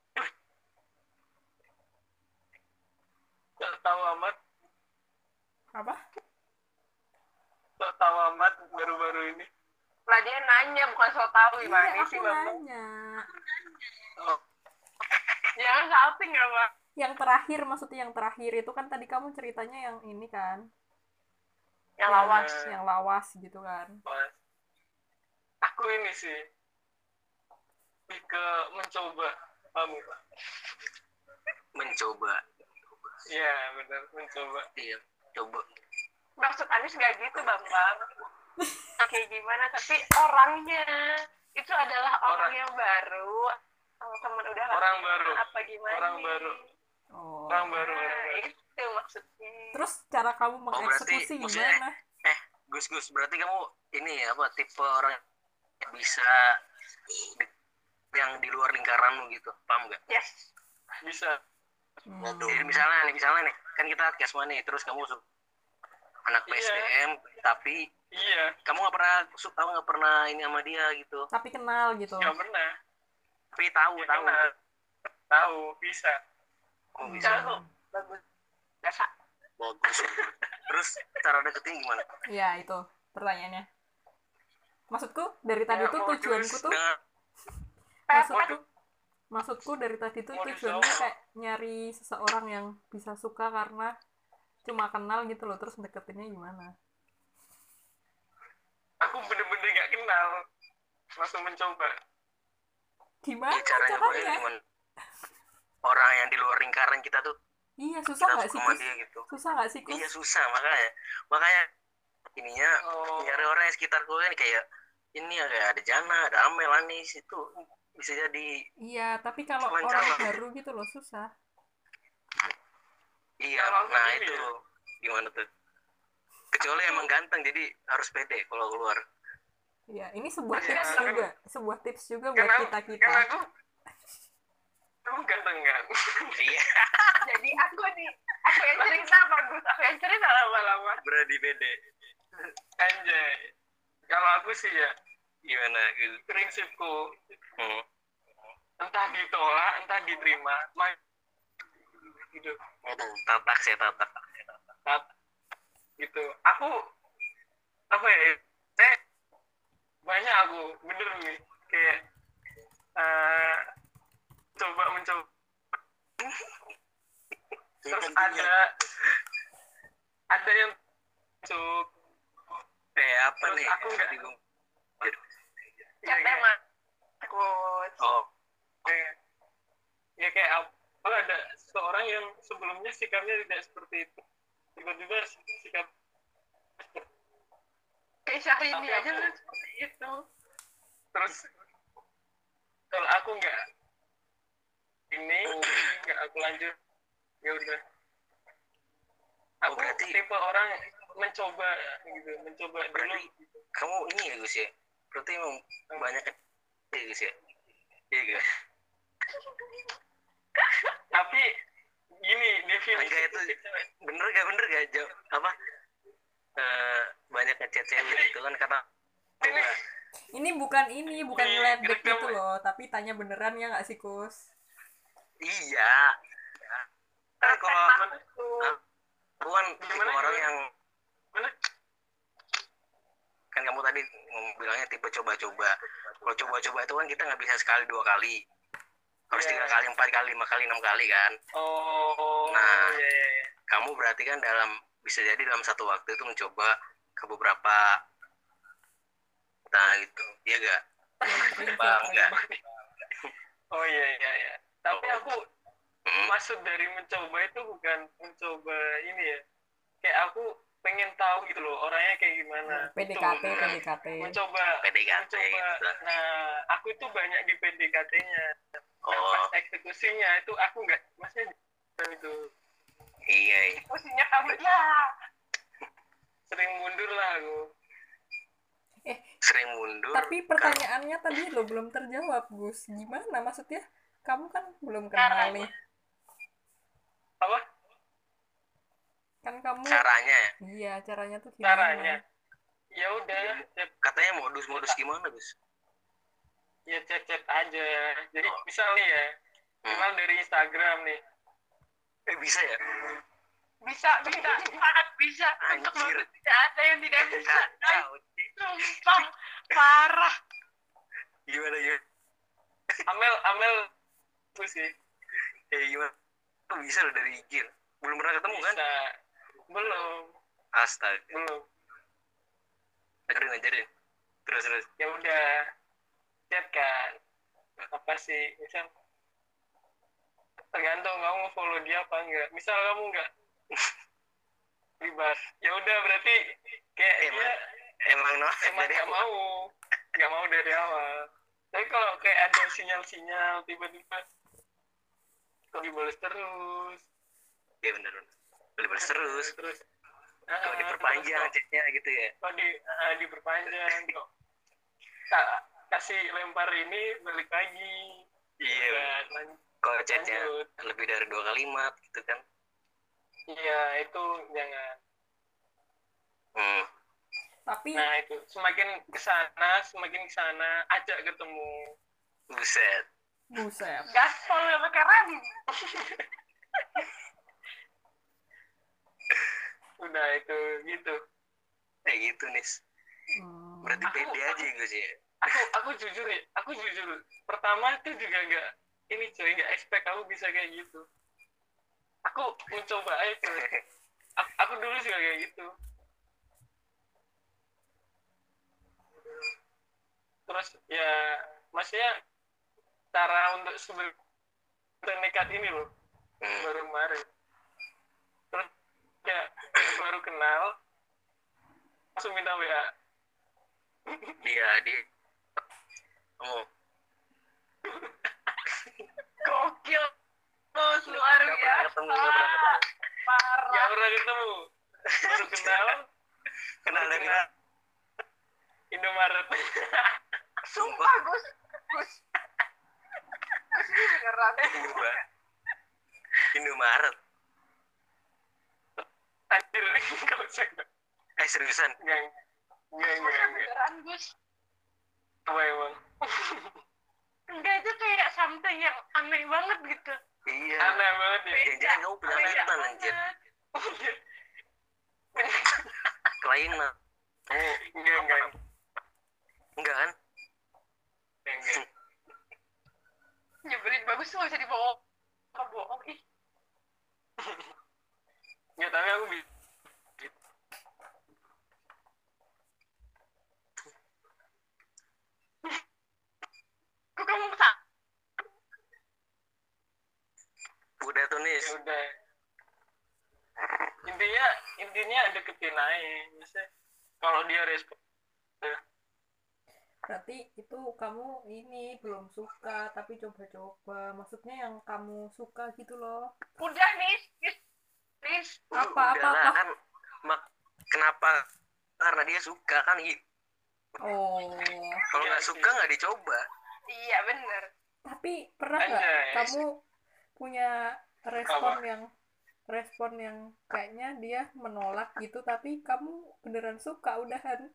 Tak tahu amat. Apa? Tak tahu amat baru-baru ini. Lah dia nanya bukan so tau gimana Iya, sih aku Bambang. nanya. Oh, Jangan salting ya Pak. Yang terakhir, maksudnya yang terakhir itu kan tadi kamu ceritanya yang ini kan, Yang lawas. yang lawas gitu kan. Pas. Aku ini sih lebih ke mencoba, kamu Mencoba. iya benar mencoba. Iya, coba. Maksud Anis nggak gitu, Bambang. Oke, gimana? Tapi orangnya itu adalah orang, Orang. yang baru. Oh, teman udah lama Orang baru. apa gimana? Orang baru. Oh. Orang baru, orang Nah, baru. itu maksudnya. Terus cara kamu berarti mengeksekusi maksudnya- gimana? Eh, Gus Gus, berarti kamu ini apa tipe orang yang bisa di- yang di luar lingkaranmu gitu, paham nggak? Yes. Bisa. Hmm. Waduh. Jadi misalnya nih, misalnya nih, kan kita Kesma nih, terus kamu su- anak P S D M, tapi Iya, kamu nggak pernah suka, nggak pernah ini sama dia gitu, Tapi kenal gitu. nggak pernah. tapi tahu Ya, tahu. kenal. Tahu, bisa. Oh, bisa. Cara bagus. Biasa. Bagus. Terus cara deketin gimana? Iya, itu pertanyaannya. Maksudku dari tadi Ya, tuh modus. tujuanku tuh Dengan maksudku maksudku dari tadi tuh Modus tujuannya apa? kayak nyari seseorang yang bisa suka karena cuma kenal gitu loh, terus deketinnya gimana? Aku bener-bener nggak kenal. Langsung mencoba. Gimana ya, caranya pokoknya caranya? gimana? Orang yang di luar lingkaran kita tuh Iya, susah kita nggak sih, suka sama Kus? dia gitu. Susah nggak sih, Kus? Iya susah makanya, makanya ininya Oh. nyari orang yang sekitar gue kan kayak ini ya kayak ada Jana, ada Amel, Anis itu bisa jadi. Iya, tapi kalau Lancar orang lah. baru gitu loh susah. Iya, Kalau nah gini itu ya. gimana tuh? Kecuali emang ganteng jadi harus pede kalau keluar. Iya, ini sebuah Iya, tips kan- juga, sebuah tips juga buat Karena, kita kita. karena aku aku ganteng kan. Iya, Jadi aku nih, aku yang cerita bagus. Aku yang cerita lama-lama. berani pede. Anjay. Kalau aku sih ya, Gimana gitu? prinsipku Hmm. entah ditolak, entah diterima, mah gitu. Waduh. Tatak saya tatak. Tat, gitu. Aku apa ya? Eh, banyak aku bener nih kayak eh, coba mencoba. Terus ada ada yang masuk. Eh apa Terus nih? aku nggak- Bingung. Ya, Siapa kayak, emang? Takut. Oh, kayak, ya kayak apa ada seorang yang sebelumnya sikapnya tidak seperti itu, tiba-tiba sikap Kayak Syahrini Tapi aja aku- kan seperti itu. terus kalau aku nggak ini nggak aku lanjut, ya udah Oh, aku berarti- tipe orang mencoba gitu, mencoba dulu. berarti kamu ini ya Gus ya? Berarti emang banyak ya Gus ya? Iya Gus. Tapi gini definisi Enggak itu bener gak bener gak jawab apa? Eh, banyak ngechat cewek gitu kan kata ini Ini bukan ini, bukan Nih, ngeledek kita- gitu loh, tapi tanya beneran ya nggak sih, Kus? iya. Kan kalau menurutku aku kan tipe Gimana, orang gimana? yang mana kan kamu tadi ngomong bilangnya tipe coba-coba. Kalau coba-coba itu kan kita nggak bisa sekali dua kali, harus Iya. tiga kali, empat kali, lima kali, enam kali kan. oh Nah. ya, ya, ya. Kamu berarti kan dalam bisa jadi dalam satu waktu itu mencoba ke beberapa, nah gitu, iya gak? Bang, enggak. Oh iya iya iya. Tapi Oh. aku Hmm. maksud dari mencoba itu bukan mencoba ini ya. Kayak aku pengen tahu gitu loh orangnya kayak gimana. P D K T, Itu, P D K T. mencoba P D K T mencoba. gitu. Nah, aku itu banyak di P D K T-nya. Nah, Oh, pas eksekusinya itu aku nggak maksudnya itu iya, iya. Posisinya kamu ya. sering mundur lah aku. Sering mundur. Tapi pertanyaannya tadi lo belum terjawab, Gus. Gimana maksudnya? Kamu kan belum kenal nih. Apa Kan kamu Caranya ya? iya, caranya tuh gimana? caranya? Ya udah, chat, Katanya modus-modus gimana, Gus? ya chat-chat aja. Jadi misal nih ya, Hmm. misal dari Instagram nih. Eh, bisa ya? Bisa, bisa, sangat bisa. Untuk Anjir. modus tidak ada yang tidak bisa. Kacau. Sumpah, parah. Gimana, gimana? Amel Amel itu sih. Eh, gimana? Kok bisa lo dari I G? Belum pernah ketemu kan? Bisa. Belum. Astaga. Belum. Ajarin, ajarin. Terus, terus. Ya udah. Chat kan. Apa sih? Misal tergantung kamu mau follow dia apa enggak. Misal kamu enggak ribas. Ya udah berarti kayak Emang, dia emang no, emang dari nggak mau nggak mau dari awal. Tapi kalau kayak ada sinyal-sinyal tiba-tiba kok dibalas terus, Iya bener, bener. Boleh balas terus. terus Kok ah, diperpanjang terus kok- chatnya gitu ya? kok di ah, diperpanjang kok tak kasih lempar ini balik lagi. Iya. Dan lanjut. Kalau chatnya Lanjut. lebih dari dua kalimat gitu kan? Iya itu jangan. Hmm. Tapi Nah itu semakin kesana semakin kesana ajak ketemu. Buset. buset. Gaspol ya pakai rem. Udah itu gitu. Kayak gitu nih. Hmm. Berarti Aku- pede aja gue sih. aku aku jujur ya aku jujur pertama itu juga nggak ini coy nggak expect aku bisa kayak gitu. Aku mencoba aja coy. aku, aku dulu juga kayak gitu. Terus ya maksudnya cara untuk sebelum nekat ini loh Hmm. baru kemarin. Terus ya baru kenal langsung minta W A. Dia, dia. Kamu. Gokil. Terus luar Gak pernah biasa. ketemu, gak pernah ketemu. Parah. Gak pernah ketemu. Baru kenal Kenal baru lagi. kenal Indomaret. Sumpah Gus. Gus. Gus ini beneran. Indomaret. Indomaret. Anjir, gak usah. Eh seriusan? Enggak, enggak, enggak, Gus enggak. beneran Gus. Apa emang? Enggak itu kayak something yang aneh banget gitu. Iya. Aneh banget ya. Jangan-jangan kamu punya Beda mantan anjir. banget. Kelainan. Kamu Enggak, enggak, enggak kan? enggak. Nyebelin bagus tuh gak bisa dibohong. Apa bohong ih. Enggak, tapi aku bisa. Kok kamu tak? Udah tuh nih. Ya udah. Intinya, intinya deketin aja. Misalnya, kalau dia respon, Berarti itu kamu ini belum suka tapi coba-coba. Maksudnya yang kamu suka gitu loh. Udah nih. Nis. Nis. Apa, apa, Udahlah, apa? kan mak kenapa? Karena dia suka kan gitu. Oh. Kalau nggak suka nggak dicoba. Iya bener. Tapi pernah nggak Anjay. kamu punya respon yang respon yang kayaknya dia menolak gitu tapi kamu beneran suka udahan?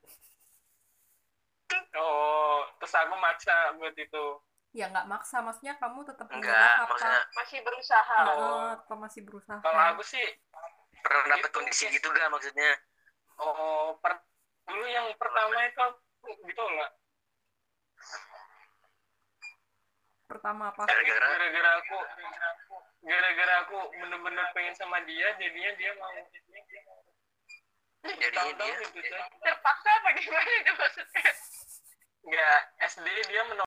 oh, terus aku maksa buat itu. Ya nggak maksa, maksudnya kamu tetap Enggak, berusaha apa? maksudnya Masih berusaha. Heeh, tetap masih berusaha. Kalau aku sih, pernah dapet Itu kondisi kes- gitu gak maksudnya? oh, per, dulu yang pertama itu aku ditolak. Pertama apa? Gara-gara Gara-gara aku, gara-gara aku bener-bener pengen sama dia, jadinya dia mau. jadinya Tahu-tahu dia gitu, coy. Terpaksa apa gimana itu maksudnya? Nggak, S D dia menolak.